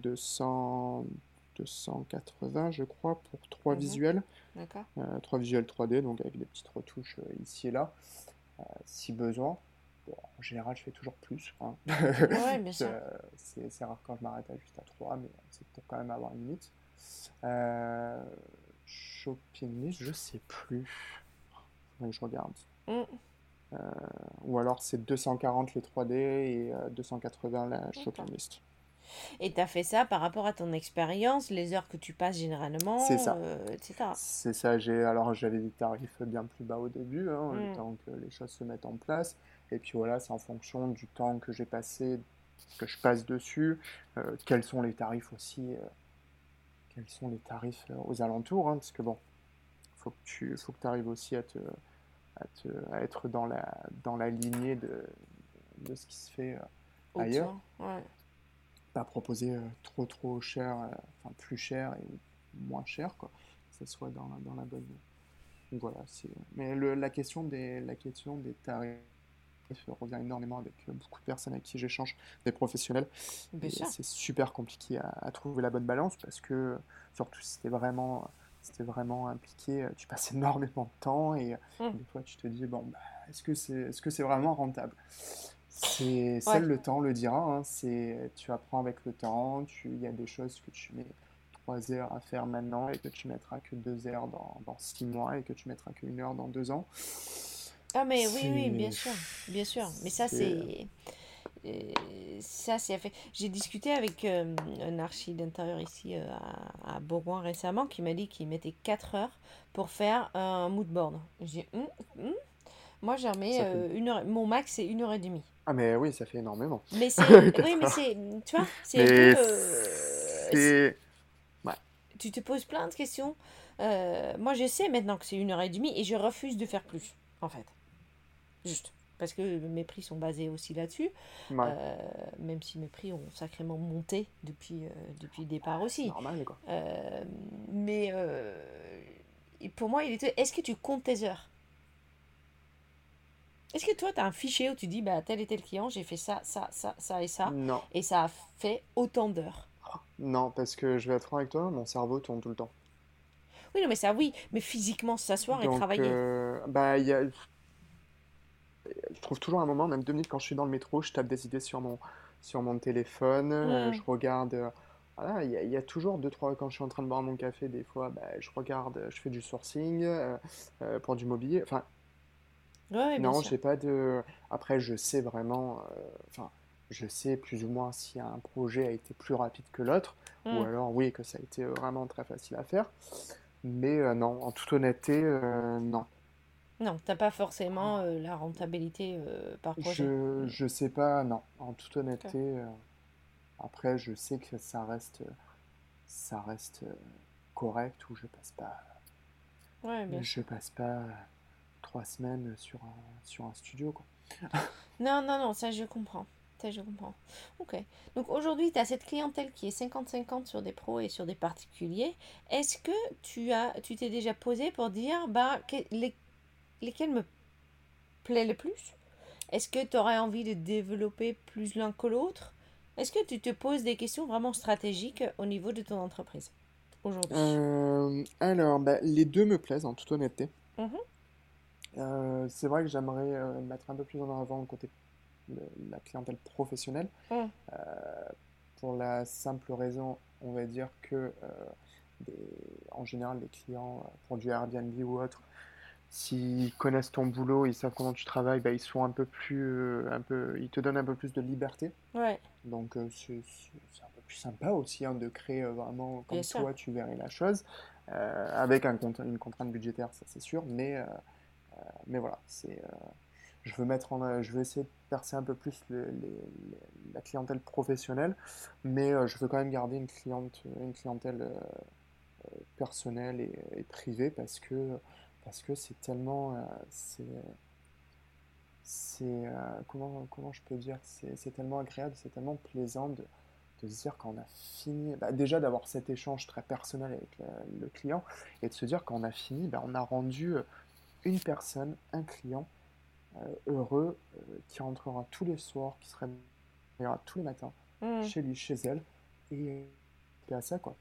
280, je crois, pour Mhm, d'accord. trois visuels 3D, donc avec des petites retouches ici et là, si besoin. Bon, en général, je fais toujours plus. Hein. Ouais, bien sûr. C'est rare quand je m'arrête à juste à 3, mais c'est pour quand même avoir une limite. Euh, Shopping list, je sais plus. Oui, je regarde. Mm. Ou alors c'est 240 les 3D et 280 la Ok. shopping list. Et tu as fait ça par rapport à ton expérience, les heures que tu passes C'est généralement, ça. etc. C'est ça. Alors j'avais des tarifs bien plus bas au début, hein, le Mm. temps que les choses se mettent en place. Et puis voilà, c'est en fonction du temps que j'ai passé, que je passe dessus, quels sont les tarifs aussi, aux alentours, hein, parce que bon, faut que tu arrives aussi à être dans la lignée de ce qui se fait ailleurs. Autour, ouais. Pas proposer trop cher, enfin plus cher et moins cher, quoi. Que ce soit dans la bonne. Donc voilà, mais la question des tarifs revient énormément avec beaucoup de personnes avec qui j'échange, des professionnels, Bien et sûr. c'est super compliqué à trouver la bonne balance parce que, surtout si c'était vraiment impliqué, tu passes énormément de temps et Mm. des fois tu te dis, bon, bah, est-ce que c'est vraiment rentable? C'est Ouais. seul le temps le dira, hein, tu apprends avec le temps, il y a des choses que tu mets 3 heures à faire maintenant et que tu mettras que 2 heures dans 6 mois et que tu mettras qu'une heure dans 2 ans. Ah mais oui, oui, bien C'est... sûr, bien sûr. Mais c'est... euh, ça c'est fait. J'ai discuté avec un archi d'intérieur ici à Bourgoin récemment qui m'a dit qu'il mettait 4 heures pour faire un mood board. J'ai dit, moi j'en mets Ça fait... une heure, mon max c'est 1 heure et demie. Ah mais oui, ça fait énormément. Mais c'est, oui, 4 mais heures. c'est, tu vois, c'est un peu, Mais c'est... Ouais. tu te poses plein de questions. Moi je sais maintenant que c'est 1 heure et demie et je refuse de faire plus, en fait. Juste. Parce que mes prix sont basés aussi là-dessus. Ouais. Même si mes prix ont sacrément monté depuis le départ C'est aussi. normal, quoi. Euh, mais pour moi, il était. Est-ce que tu comptes tes heures? Est-ce que toi, tu as un fichier où tu dis, bah, tel et tel client, j'ai fait ça, ça, ça, ça Non. et ça a fait autant d'heures? Non, parce que je vais être franc avec toi, mon cerveau tourne tout le temps. Oui, non, mais ça, oui, mais physiquement, s'asseoir et Donc, travailler. bah, je trouve toujours un moment, même 2 minutes quand je suis dans le métro, je tape des idées sur mon téléphone, je Hmm. regarde. Voilà, il y a toujours deux, trois. Quand je suis en train de boire mon café, des fois, bah, je regarde, je fais du sourcing pour du mobilier. Enfin, Ouais, ouais, bien non, sûr. j'ai pas de. Après, je sais vraiment. Enfin, je sais plus ou moins si un projet a été plus rapide que l'autre, ou Hmm. alors oui, que ça a été vraiment très facile à faire. Mais non, en toute honnêteté, non. Non, t'as pas forcément la rentabilité par projet. Je sais pas, non. En toute Ok. honnêteté, après, je sais que ça reste correct ou Ouais, bien je sûr. passe pas 3 semaines sur un studio, quoi. Non, non, non, ça je comprends. Ça je comprends. Ok. Donc aujourd'hui, tu as cette clientèle qui est 50-50 sur des pros et sur des particuliers. Est-ce que tu t'es déjà posé pour dire, bah, lesquels me plaît le plus? Est-ce que tu aurais envie de développer plus l'un que l'autre? Est-ce que tu te poses des questions vraiment stratégiques au niveau de ton entreprise aujourd'hui? Alors, bah, les deux me plaisent, en toute honnêteté. Mhm. C'est vrai que j'aimerais mettre un peu plus en avant le côté de la clientèle professionnelle, Mm. euh, pour la simple raison, on va dire que en général, les clients pour du Airbnb ou autre, s'ils connaissent ton boulot, ils savent comment tu travailles, bah, ils sont un peu plus, ils te donnent un peu plus de liberté. Ouais, Donc c'est un peu plus sympa aussi, hein, de créer vraiment bien comme sûr. toi tu verrais la chose, avec une contrainte budgétaire, ça c'est sûr, mais voilà, je veux essayer de percer un peu plus la clientèle professionnelle, mais je veux quand même garder une clientèle personnelle et privée parce que c'est tellement, comment je peux dire, c'est tellement agréable, c'est tellement plaisant de se dire quand on a fini, bah, déjà d'avoir cet échange très personnel avec le client et de se dire quand on a fini, bah, on a rendu une personne, un client heureux, qui rentrera tous les soirs, qui se réveillera tous les matins Mm. chez lui, chez elle, et à ça, quoi.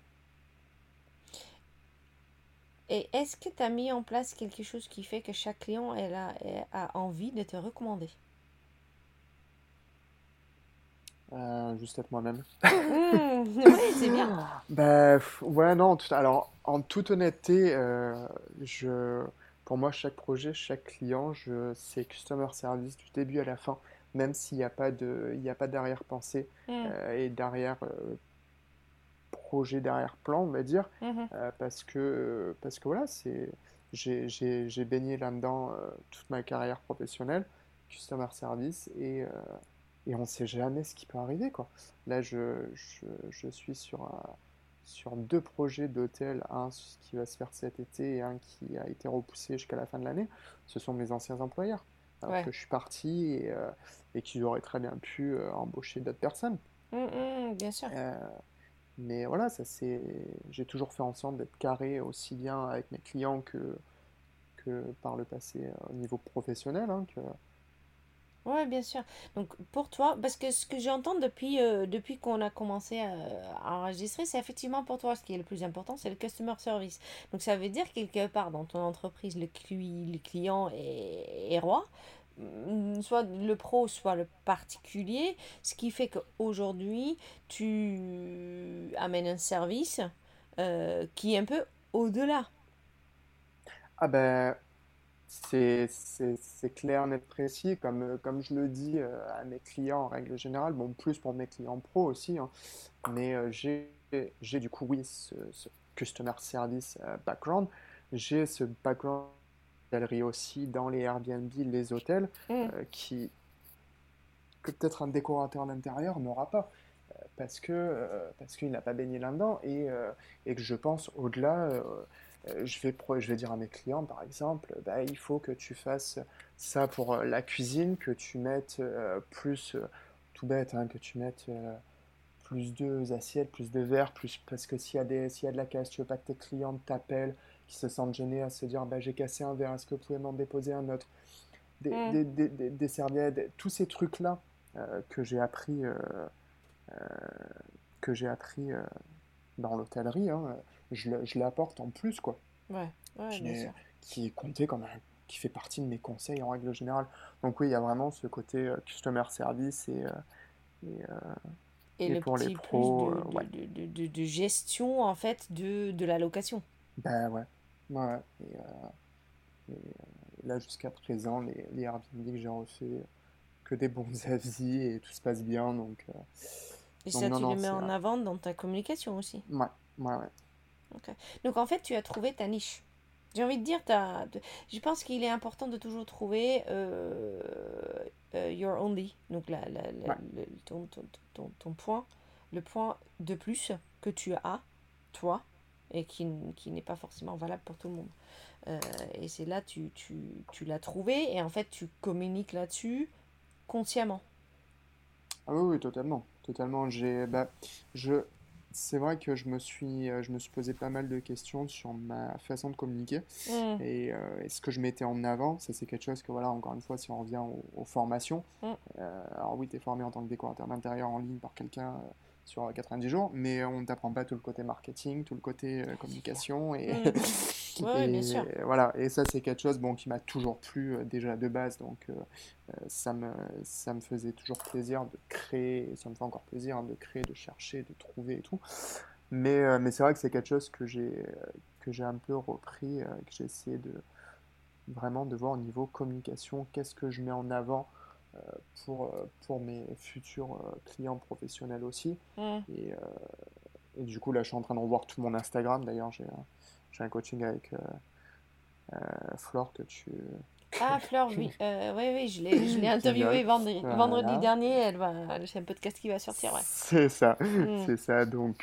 Et est-ce que tu as mis en place quelque chose qui fait que chaque client elle a envie de te recommander? Juste être moi-même. Ouais, c'est bien. Bah, ouais, non, alors, en toute honnêteté, je, pour moi, chaque projet, chaque client, c'est customer service du début à la fin, même s'il n'y a pas il y a pas d'arrière-pensée Mm, et derrière projet, derrière-plan, on va dire, mhm. parce que voilà, j'ai baigné là-dedans toute ma carrière professionnelle, customer service, et on ne sait jamais ce qui peut arriver, quoi. Là, je suis sur deux projets d'hôtel, un qui va se faire cet été et un qui a été repoussé jusqu'à la fin de l'année. Ce sont mes anciens employeurs, alors Ouais. que je suis parti et qu'ils auraient très bien pu embaucher d'autres personnes. Bien sûr. Euh, mais voilà, j'ai toujours fait en sorte d'être carré aussi bien avec mes clients que par le passé au niveau professionnel, hein, Ouais, bien sûr. Donc pour toi, parce que ce que j'entends depuis qu'on a commencé à enregistrer, c'est effectivement pour toi ce qui est le plus important, c'est le customer service. Donc ça veut dire quelque part dans ton entreprise, le client est roi, soit le pro, soit le particulier, ce qui fait qu'aujourd'hui, tu amènes un service qui est un peu au-delà. ah ben, c'est clair, net, précis, comme je le dis à mes clients en règle générale, bon, plus pour mes clients pro aussi, hein, mais j'ai du coup, oui, ce customer service background, j'ai ce background d'hôtellerie aussi dans les Airbnb, les hôtels, Mm, qui, que peut-être un décorateur d'intérieur n'aura pas, parce qu'il n'a pas baigné là-dedans, et que je pense au-delà, je vais dire à mes clients, par exemple, bah, il faut que tu fasses ça pour la cuisine, que tu mettes plus, tout bête, hein, que tu mettes plus de assiettes, plus de verres, plus, parce que s'il y a de la casse, tu veux pas que tes clients t'appellent, qui se sentent gênés à se dire, bah, j'ai cassé un verre, est-ce que vous pouvez m'en déposer un autre? mm. Des serviettes, tous ces trucs-là que j'ai appris, que j'ai appris dans l'hôtellerie, hein, je l'apporte en plus, quoi. Ouais, ouais, Qui bien est, sûr. qui est compté comme qui fait partie de mes conseils en règle générale. Donc oui, il y a vraiment ce côté customer service et, euh, Et et le pour les petit plus pros, ouais. de gestion en fait de la location. Ben ouais. Ouais, ouais. Là, jusqu'à présent, les Airbnb que j'ai refait, que des bons avis et tout se passe bien. Et Donc ça, non, tu le non, mets c'est... en avant dans ta communication aussi. ouais, ouais, ouais. Ok. Donc en fait, tu as trouvé ta niche. J'ai envie de dire, je pense qu'il est important de toujours trouver your only, donc Ouais. ton point, le point de plus que tu as, toi, et qui n'est pas forcément valable pour tout le monde. Euh, et c'est là, tu l'as trouvé, et en fait, tu communiques là-dessus consciemment. Ah oui, oui, totalement. Totalement. Je, c'est vrai que je me suis posé pas mal de questions sur ma façon de communiquer Mm, et ce que je mettais en avant. Ça, c'est quelque chose que, voilà, encore une fois, si on revient aux formations, mm, alors oui, tu es formé en tant que décorateur d'intérieur en ligne par quelqu'un sur 90 jours, mais on ne t'apprend pas tout le côté marketing, tout le côté communication mm. Ouais, bien sûr. et voilà. Et ça, c'est quelque chose bon, qui m'a toujours plu déjà de base. Ça ça me faisait toujours plaisir de créer, et ça me fait encore plaisir hein, de créer, de chercher, de trouver et tout. Mais c'est vrai que c'est quelque chose que j'ai un peu repris, que j'ai essayé de vraiment de voir au niveau communication, qu'est-ce que je mets en avant euh, pour mes futurs clients professionnels aussi. Mm. Et, euh, et du coup, là, je suis en train de revoir tout mon Instagram. D'ailleurs, j'ai un coaching avec Flore Ah, Fleur, oui, oui, oui, je l'ai qui vient. interviewée vendredi Voilà. dernier. C'est un podcast qui va sortir, ouais. C'est ça, Hmm. c'est ça.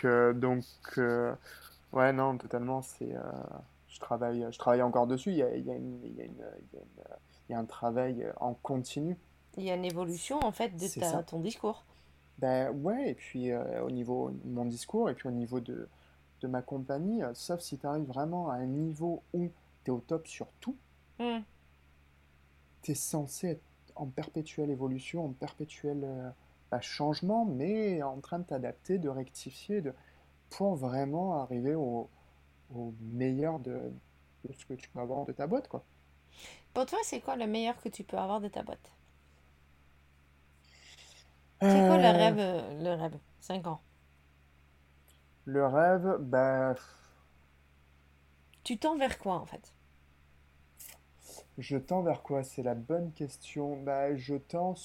Ouais, non, totalement. Je travaille encore dessus. Il y a il y a un travail en continu. Il y a une évolution, en fait, de C'est ça. ton discours. Ben ouais, et puis au niveau de mon discours, et puis au niveau de ma compagnie, sauf si tu arrives vraiment à un niveau où tu es au top sur tout, Hmm. tu es censé être en perpétuelle évolution, en perpétuel pas changement, mais en train de t'adapter, de rectifier, pour vraiment arriver au meilleur de ce que tu peux avoir de ta boîte, quoi. Pour toi, c'est quoi le meilleur que tu peux avoir de ta boîte? C'est quoi Euh, le rêve? 5 ans. le rêve, bah, Tu tends vers quoi, en fait? Je tends vers quoi? C'est la bonne question. Bah, je tends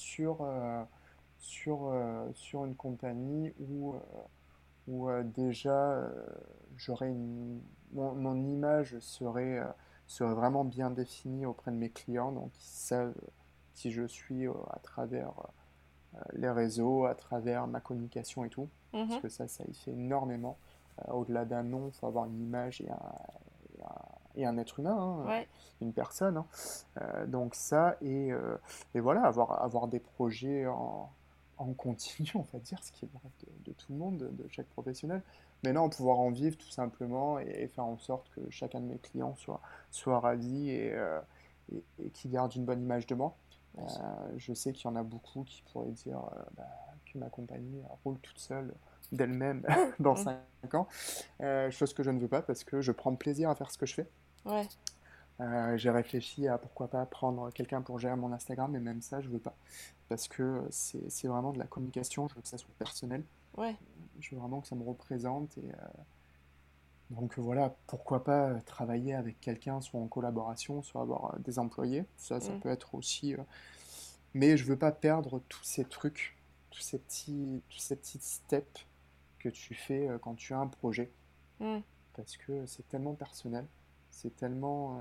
sur une compagnie où déjà j'aurais mon image serait vraiment bien définie auprès de mes clients, donc ils savent qui je suis à travers les réseaux, à travers ma communication et tout, parce Mhm. que ça y fait énormément. Au-delà d'un nom, il faut avoir une image et un être humain, hein, Ouais. une personne, hein. Donc ça, et voilà, avoir des projets en continu, on va dire, ce qui est le rêve de tout le monde, de chaque professionnel. Mais non, pouvoir en vivre tout simplement et faire en sorte que chacun de mes clients soit ravi et qu'il garde une bonne image de moi. Bien sûr. Je sais qu'il y en a beaucoup qui pourraient dire bah, que ma compagnie roule toute seule d'elle-même dans Mm. 5 ans, chose que je ne veux pas parce que je prends plaisir à faire ce que je fais. Ouais. J'ai réfléchi à pourquoi pas prendre quelqu'un pour gérer mon Instagram, mais même ça, je veux pas. Parce que c'est vraiment de la communication, je veux que ça soit personnel. Ouais. Je veux vraiment que ça me représente. Donc voilà, pourquoi pas travailler avec quelqu'un, soit en collaboration, soit avoir des employés. Ça Mm. peut être aussi. Mais je veux pas perdre tous ces trucs, tous ces petits steps que tu fais quand tu as un projet. Mm. Parce que c'est tellement personnel. C'est tellement.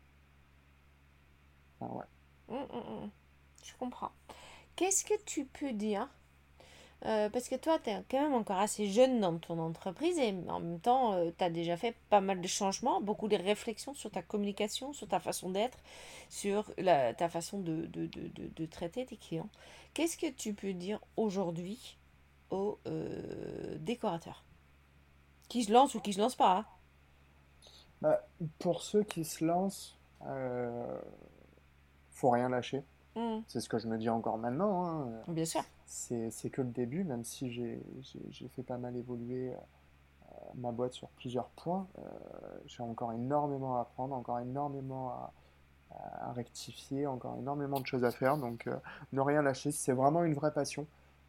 Enfin, ouais. Mm, mm, mm. Je comprends. Qu'est-ce que tu peux dire? Parce que toi, tu es quand même encore assez jeune dans ton entreprise et en même temps, tu as déjà fait pas mal de changements, beaucoup de réflexions sur ta communication, sur ta façon d'être, sur ta façon de traiter tes clients. Qu'est-ce que tu peux dire aujourd'hui aux décorateurs qui se lancent ou qui se lancent pas, Bah, pour ceux qui se lancent, faut rien lâcher. hein? C'est ce que je me dis encore maintenant, hein. Bien sûr. C'est que le début, même si j'ai fait pas mal évoluer ma boîte sur plusieurs points. J'ai encore énormément à apprendre, encore énormément à rectifier, encore énormément de choses à faire. Donc, ne rien lâcher, c'est vraiment une vraie passion.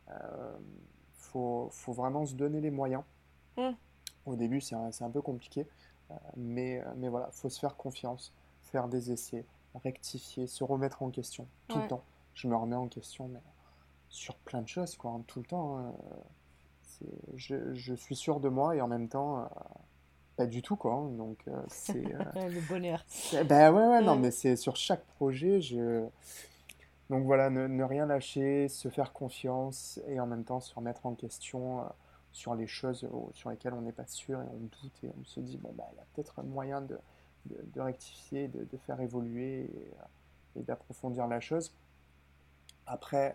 Faut vraiment se donner les moyens. Hein, Au début, c'est un peu compliqué, mais voilà, faut se faire confiance, faire des essais, rectifier, se remettre en question tout le ouais. temps. Je me remets en question, mais sur plein de choses, quoi, hein, tout le temps, hein. Je suis sûr de moi et en même temps, pas du tout, quoi, hein. Donc, Le bonheur. bah ouais, ouais, non, Hein, mais c'est sur chaque projet, donc voilà, ne rien lâcher, se faire confiance et en même temps se remettre en question sur les choses sur lesquelles on n'est pas sûr et on doute et on se dit, bon, bah, il y a peut-être un moyen de rectifier, de faire évoluer et d'approfondir la chose. Après,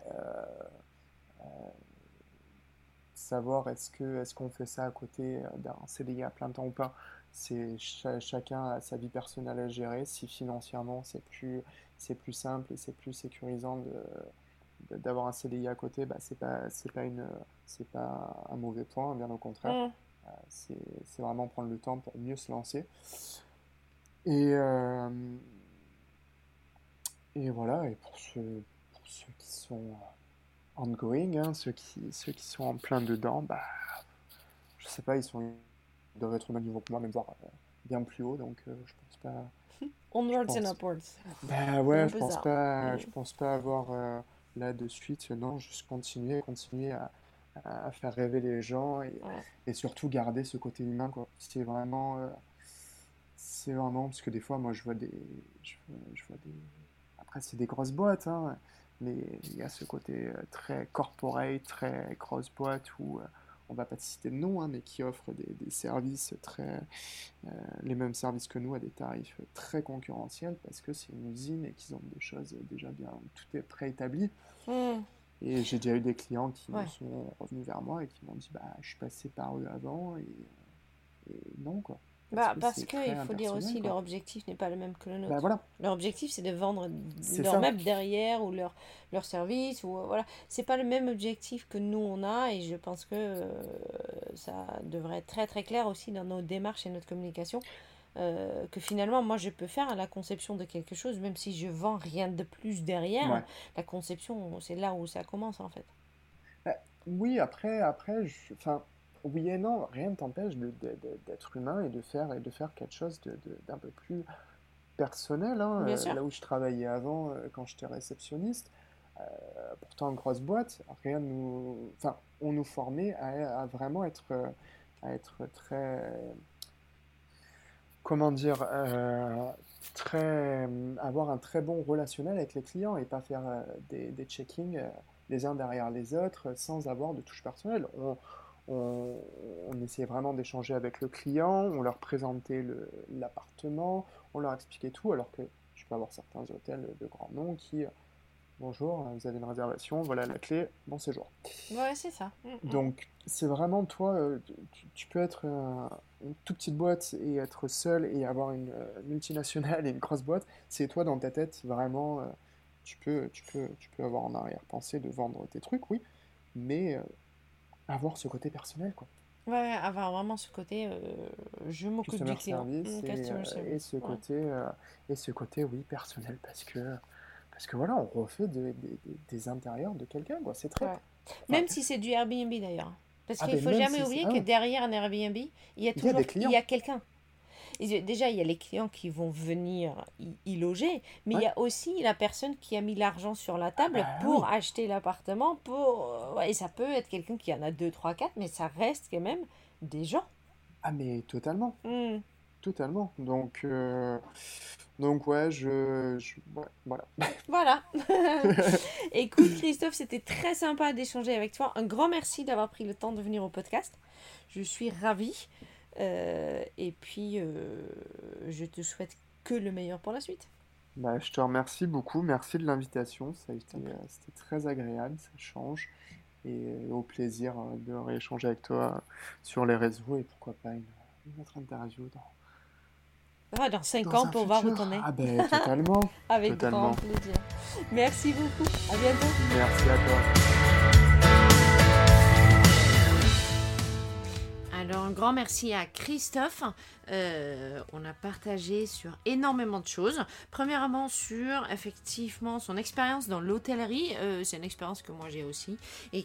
savoir est-ce qu'on fait ça à côté d'un CDI à plein temps ou pas, chacun a sa vie personnelle à gérer. Si financièrement c'est plus simple et c'est plus sécurisant d'avoir un CDI à côté, bah, c'est pas un mauvais point, bien au contraire. hein. C'est vraiment prendre le temps pour mieux se lancer. Et, euh, et voilà, et pour ceux qui sont ongoing, hein, ceux qui sont en plein dedans, bah, je sais pas, ils doivent être au même niveau que moi, même voire bien plus haut, donc je Onwards and pense, upwards. bah C'est un ouais, peu ça. je pense pas avoir là de suite, non, juste continuer à faire rêver les gens Ouais. et surtout garder ce côté humain, quoi. C'est vraiment, parce que des fois, moi, je vois des, après, c'est des grosses boîtes, hein, mais il y a ce côté très corporate, très grosse boîte où on va pas te citer de nom, hein, mais qui offre des services les mêmes services que nous à des tarifs très concurrentiels parce que c'est une usine et qu'ils ont des choses déjà bien, tout est préétabli. Hein, Et j'ai déjà eu des clients qui ouais. sont revenus vers moi et qui m'ont dit, bah, je suis passé par eux avant et non, quoi. Parce Bah, que parce c'est qu'il très faut dire impersonnel, aussi, leur quoi. objectif n'est pas le même que le Bah nôtre. voilà, Leur objectif, c'est de vendre c'est leur ça. meuble derrière ou leur service. Ou, voilà. C'est pas le même objectif que nous, on a. Et je pense que ça devrait être très très clair aussi dans nos démarches et notre communication. Que finalement, moi, je peux faire la conception de quelque chose, même si je vends rien de plus derrière. Ouais. La conception, c'est là où ça commence, en fait. Bah, oui, après, enfin, oui et non, rien ne t'empêche d'être humain et de faire quelque chose d'un peu plus. personnel, hein, Bien sûr. là où je travaillais avant, quand j'étais réceptionniste. Euh, Pourtant, en grosse boîte, rien nous, enfin, on nous formait à vraiment à être très, comment dire, avoir un très bon relationnel avec les clients et pas faire des checkings les uns derrière les autres sans avoir de touche personnelle. On, on essayait vraiment d'échanger avec le client, on leur présentait l'appartement, on leur expliquait tout, alors que je peux avoir certains hôtels de grands noms qui, bonjour, vous avez une réservation, voilà la clé, bon séjour. Ouais, c'est ça. Donc, c'est vraiment toi, tu peux être une toute petite boîte et être seul et avoir une multinationale et une grosse boîte. C'est toi dans ta tête, vraiment, tu peux avoir en arrière-pensée de vendre tes trucs, oui, mais avoir ce côté personnel, quoi. Ouais, avoir vraiment ce côté, je m'occupe du Customer client. service Customer et service. Ouais. ce côté, oui, personnel, parce que voilà, on refait des intérieurs de quelqu'un, quoi. C'est très, Ouais. enfin, Même si c'est du Airbnb d'ailleurs. Parce ah qu'il ben faut même jamais si c'est, oublier ah que ouais, derrière un Airbnb, il y a des il y clients, a quelqu'un. Déjà, il y a les clients qui vont venir y loger, mais il y ouais, a aussi la personne qui a mis l'argent sur la ah table bah pour oui. acheter l'appartement. Ouais, et ça peut être quelqu'un qui en a 2 3 4 mais ça reste quand même des gens. Ah mais totalement, Hmm. totalement. Donc ouais, ouais, voilà. Voilà. Écoute, Christophe, c'était très sympa d'échanger avec toi. Un grand merci d'avoir pris le temps de venir au podcast. Je suis ravie. Et puis, je te souhaite que le meilleur pour la suite. Bah, je te remercie beaucoup, merci de l'invitation, Je t'en prie. c'était très agréable, ça change, et au plaisir de rééchanger avec toi sur les réseaux, et pourquoi pas une autre interview Ah, dans 5 dans ans un pour voir où futur. t'en es. Ah ben totalement, Avec grand totalement. plaisir. Merci beaucoup. À bientôt. Merci à toi. Alors, un grand merci à Christophe. On a partagé sur énormément de choses. Premièrement, sur effectivement son expérience dans l'hôtellerie. C'est une expérience que moi j'ai aussi et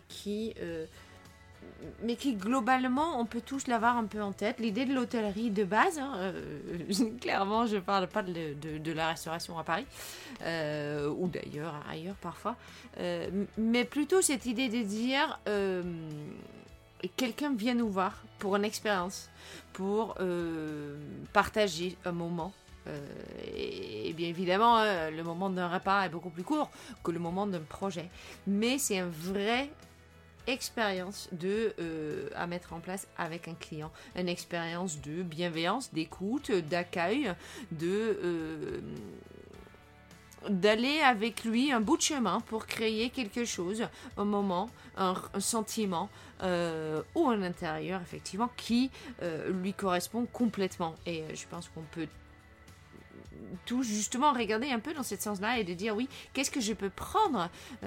mais qui globalement on peut tous l'avoir un peu en tête. L'idée de l'hôtellerie de base, hein, clairement je parle pas de la restauration à Paris, ou d'ailleurs ailleurs parfois, mais plutôt cette idée de dire quelqu'un vient nous voir pour une expérience, pour partager un moment. Et bien évidemment, le moment d'un repas est beaucoup plus court que le moment d'un projet. Mais c'est un vrai expérience à mettre en place avec un client, une expérience de bienveillance, d'écoute, d'accueil, d'aller avec lui un bout de chemin pour créer quelque chose, un moment, un sentiment ou un intérieur effectivement qui lui correspond complètement. Et je pense qu'on peut tout justement regarder un peu dans ce sens-là et de dire oui, qu'est-ce que je peux prendre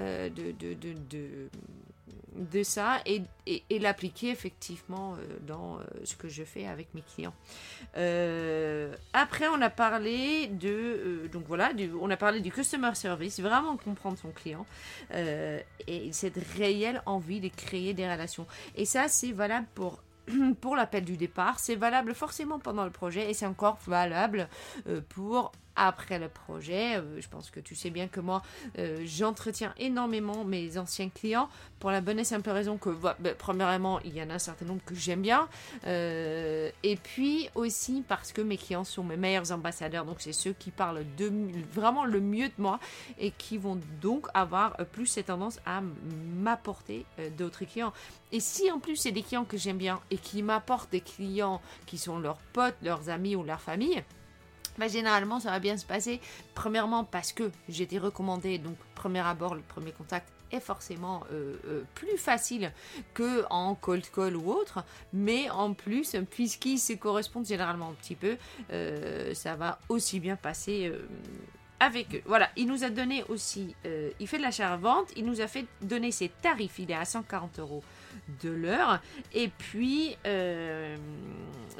de ça et l'appliquer effectivement dans ce que je fais avec mes clients. Après, on a parlé donc voilà, on a parlé du customer service, vraiment comprendre son client et cette réelle envie de créer des relations. Et ça, c'est valable pour l'appel du départ, c'est valable forcément pendant le projet et c'est encore valable pour après le projet. Je pense que tu sais bien que moi, j'entretiens énormément mes anciens clients pour la bonne et simple raison que, premièrement, il y en a un certain nombre que j'aime bien, et puis aussi parce que mes clients sont mes meilleurs ambassadeurs, donc c'est ceux qui parlent vraiment le mieux de moi et qui vont donc avoir plus cette tendance à m'apporter d'autres clients. Et si en plus c'est des clients que j'aime bien et qui m'apportent des clients qui sont leurs potes, leurs amis ou leur famille, généralement ça va bien se passer. Premièrement parce que j'ai été recommandée, donc premier abord, le premier contact est forcément plus facile qu'en cold call ou autre, mais en plus puisqu'ils se correspondent généralement un petit peu, ça va aussi bien passer avec eux. Voilà, il nous a donné aussi, il fait de l'achat-vente, il nous a fait donner ses tarifs, il est à 140 € de l'heure, et puis ce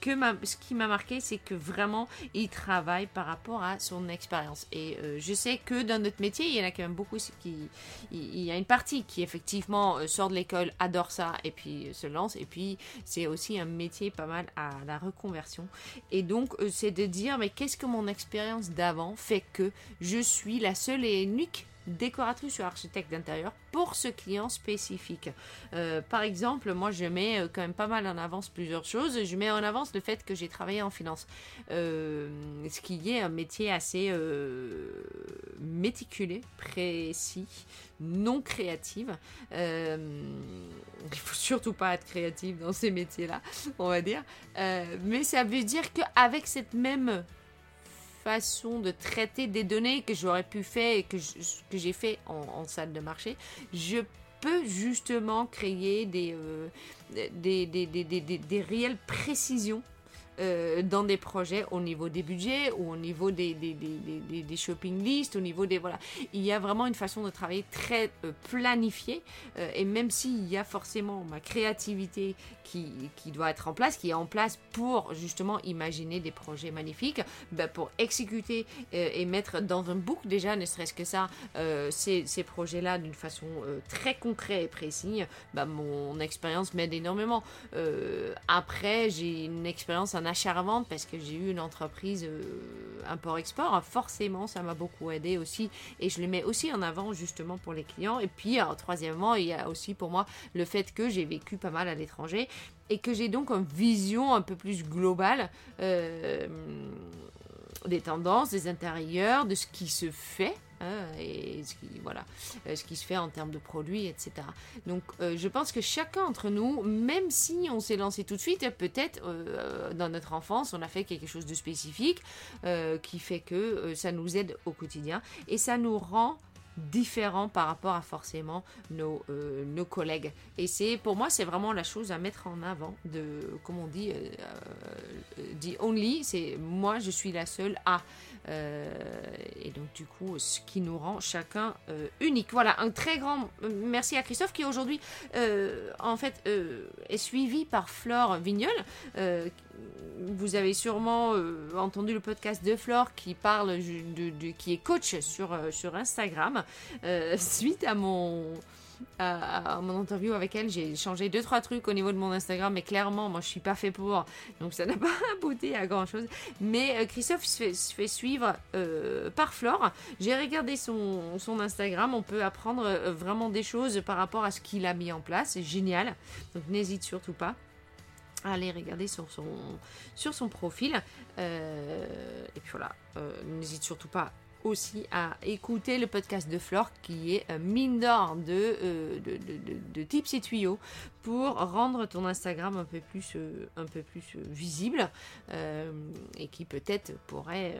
ce qui m'a marqué, c'est que vraiment, il travaille par rapport à son expérience. Et je sais que dans notre métier, il y en a quand même beaucoup il y a une partie qui effectivement sort de l'école, adore ça et puis se lance. Et puis, c'est aussi un métier pas mal à la reconversion. Et donc, c'est de dire, mais qu'est-ce que mon expérience d'avant fait que je suis la seule et unique décoratrice ou architecte d'intérieur pour ce client spécifique. Par exemple, moi je mets quand même pas mal en avance plusieurs choses. Je mets en avance le fait que j'ai travaillé en finance, ce qui est un métier assez méticulé, précis, non créatif. Il faut surtout pas être créatif dans ces métiers-là, on va dire. Mais ça veut dire qu'avec cette même façon de traiter des données que j'aurais pu faire et que j'ai fait en salle de marché, je peux justement créer des réelles précisions dans des projets au niveau des budgets ou au niveau des shopping lists, au niveau des... Voilà. Il y a vraiment une façon de travailler très planifiée et même s'il y a forcément ma créativité qui doit être en place, qui est en place pour justement imaginer des projets magnifiques, pour exécuter et mettre dans un book déjà, ne serait-ce que ça, ces projets-là d'une façon très concrète et précise, mon expérience m'aide énormément. Après, j'ai une expérience en achat-revente parce que j'ai eu une entreprise import-export. Forcément, ça m'a beaucoup aidé aussi et je le mets aussi en avant justement pour les clients. Et puis, troisièmement, il y a aussi pour moi le fait que j'ai vécu pas mal à l'étranger et que j'ai donc une vision un peu plus globale des tendances, des intérieurs, de ce qui se fait. Et ce qui se fait en termes de produits, etc. Donc, je pense que chacun d'entre nous, même si on s'est lancé tout de suite, peut-être dans notre enfance, on a fait quelque chose de spécifique qui fait que ça nous aide au quotidien et ça nous rend différents par rapport à forcément nos collègues. Et pour moi, c'est vraiment la chose à mettre en avant comme on dit, the only, c'est moi, je suis la seule à. Et donc du coup ce qui nous rend chacun unique. Voilà, un très grand merci à Christophe qui aujourd'hui est suivi par Flore Vignol. Vous avez sûrement entendu le podcast de Flore qui parle qui est coach sur Instagram suite à mon interview avec elle. J'ai changé 2-3 trucs au niveau de mon Instagram, mais clairement moi je suis pas fait pour, donc ça n'a pas abouti à grand chose. Mais Christophe se fait suivre par Flore. J'ai regardé son Instagram, on peut apprendre vraiment des choses par rapport à ce qu'il a mis en place, c'est génial, donc n'hésite surtout pas à aller regarder sur son profil et puis voilà, n'hésite surtout pas aussi à écouter le podcast de Flore qui est mine d'or de tips et tuyaux pour rendre ton Instagram un peu plus visible et qui peut-être pourrait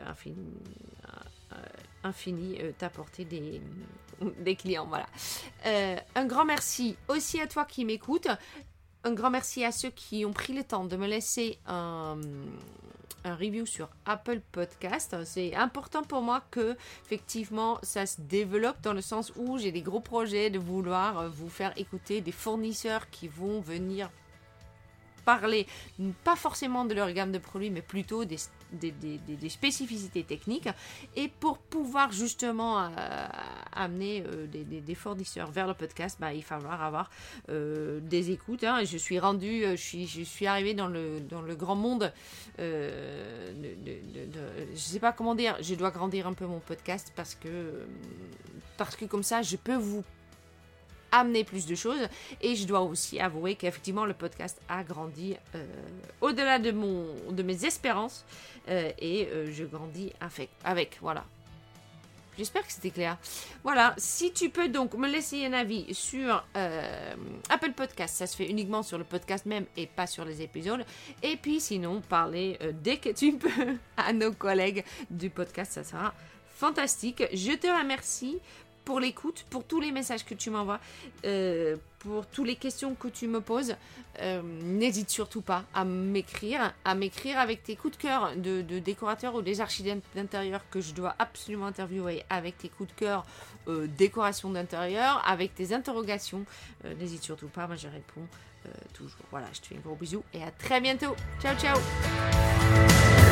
t'apporter des clients. Voilà. Un grand merci aussi à toi qui m'écoutes. Un grand merci à ceux qui ont pris le temps de me laisser un review sur Apple Podcast. C'est important pour moi que effectivement ça se développe dans le sens où j'ai des gros projets de vouloir vous faire écouter des fournisseurs qui vont venir parler pas forcément de leur gamme de produits mais plutôt des spécificités techniques et pour pouvoir justement amener des fournisseurs vers le podcast, il va falloir avoir des écoutes et je suis arrivée dans le grand monde je sais pas comment dire, je dois grandir un peu mon podcast parce que comme ça je peux vous amener plus de choses et je dois aussi avouer qu'effectivement le podcast a grandi au-delà de mes espérances et je grandis avec voilà. J'espère que c'était clair. Voilà, si tu peux donc me laisser un avis sur Apple Podcast, ça se fait uniquement sur le podcast même et pas sur les épisodes. Et puis sinon, parler dès que tu peux à nos collègues du podcast, ça sera fantastique. Je te remercie pour l'écoute, pour tous les messages que tu m'envoies, pour toutes les questions que tu me poses. N'hésite surtout pas à m'écrire avec tes coups de cœur de décorateurs ou des architectes d'intérieur que je dois absolument interviewer, avec tes coups de cœur décoration d'intérieur, avec tes interrogations. N'hésite surtout pas, moi je réponds toujours. Voilà, je te fais un gros bisou et à très bientôt. Ciao, ciao.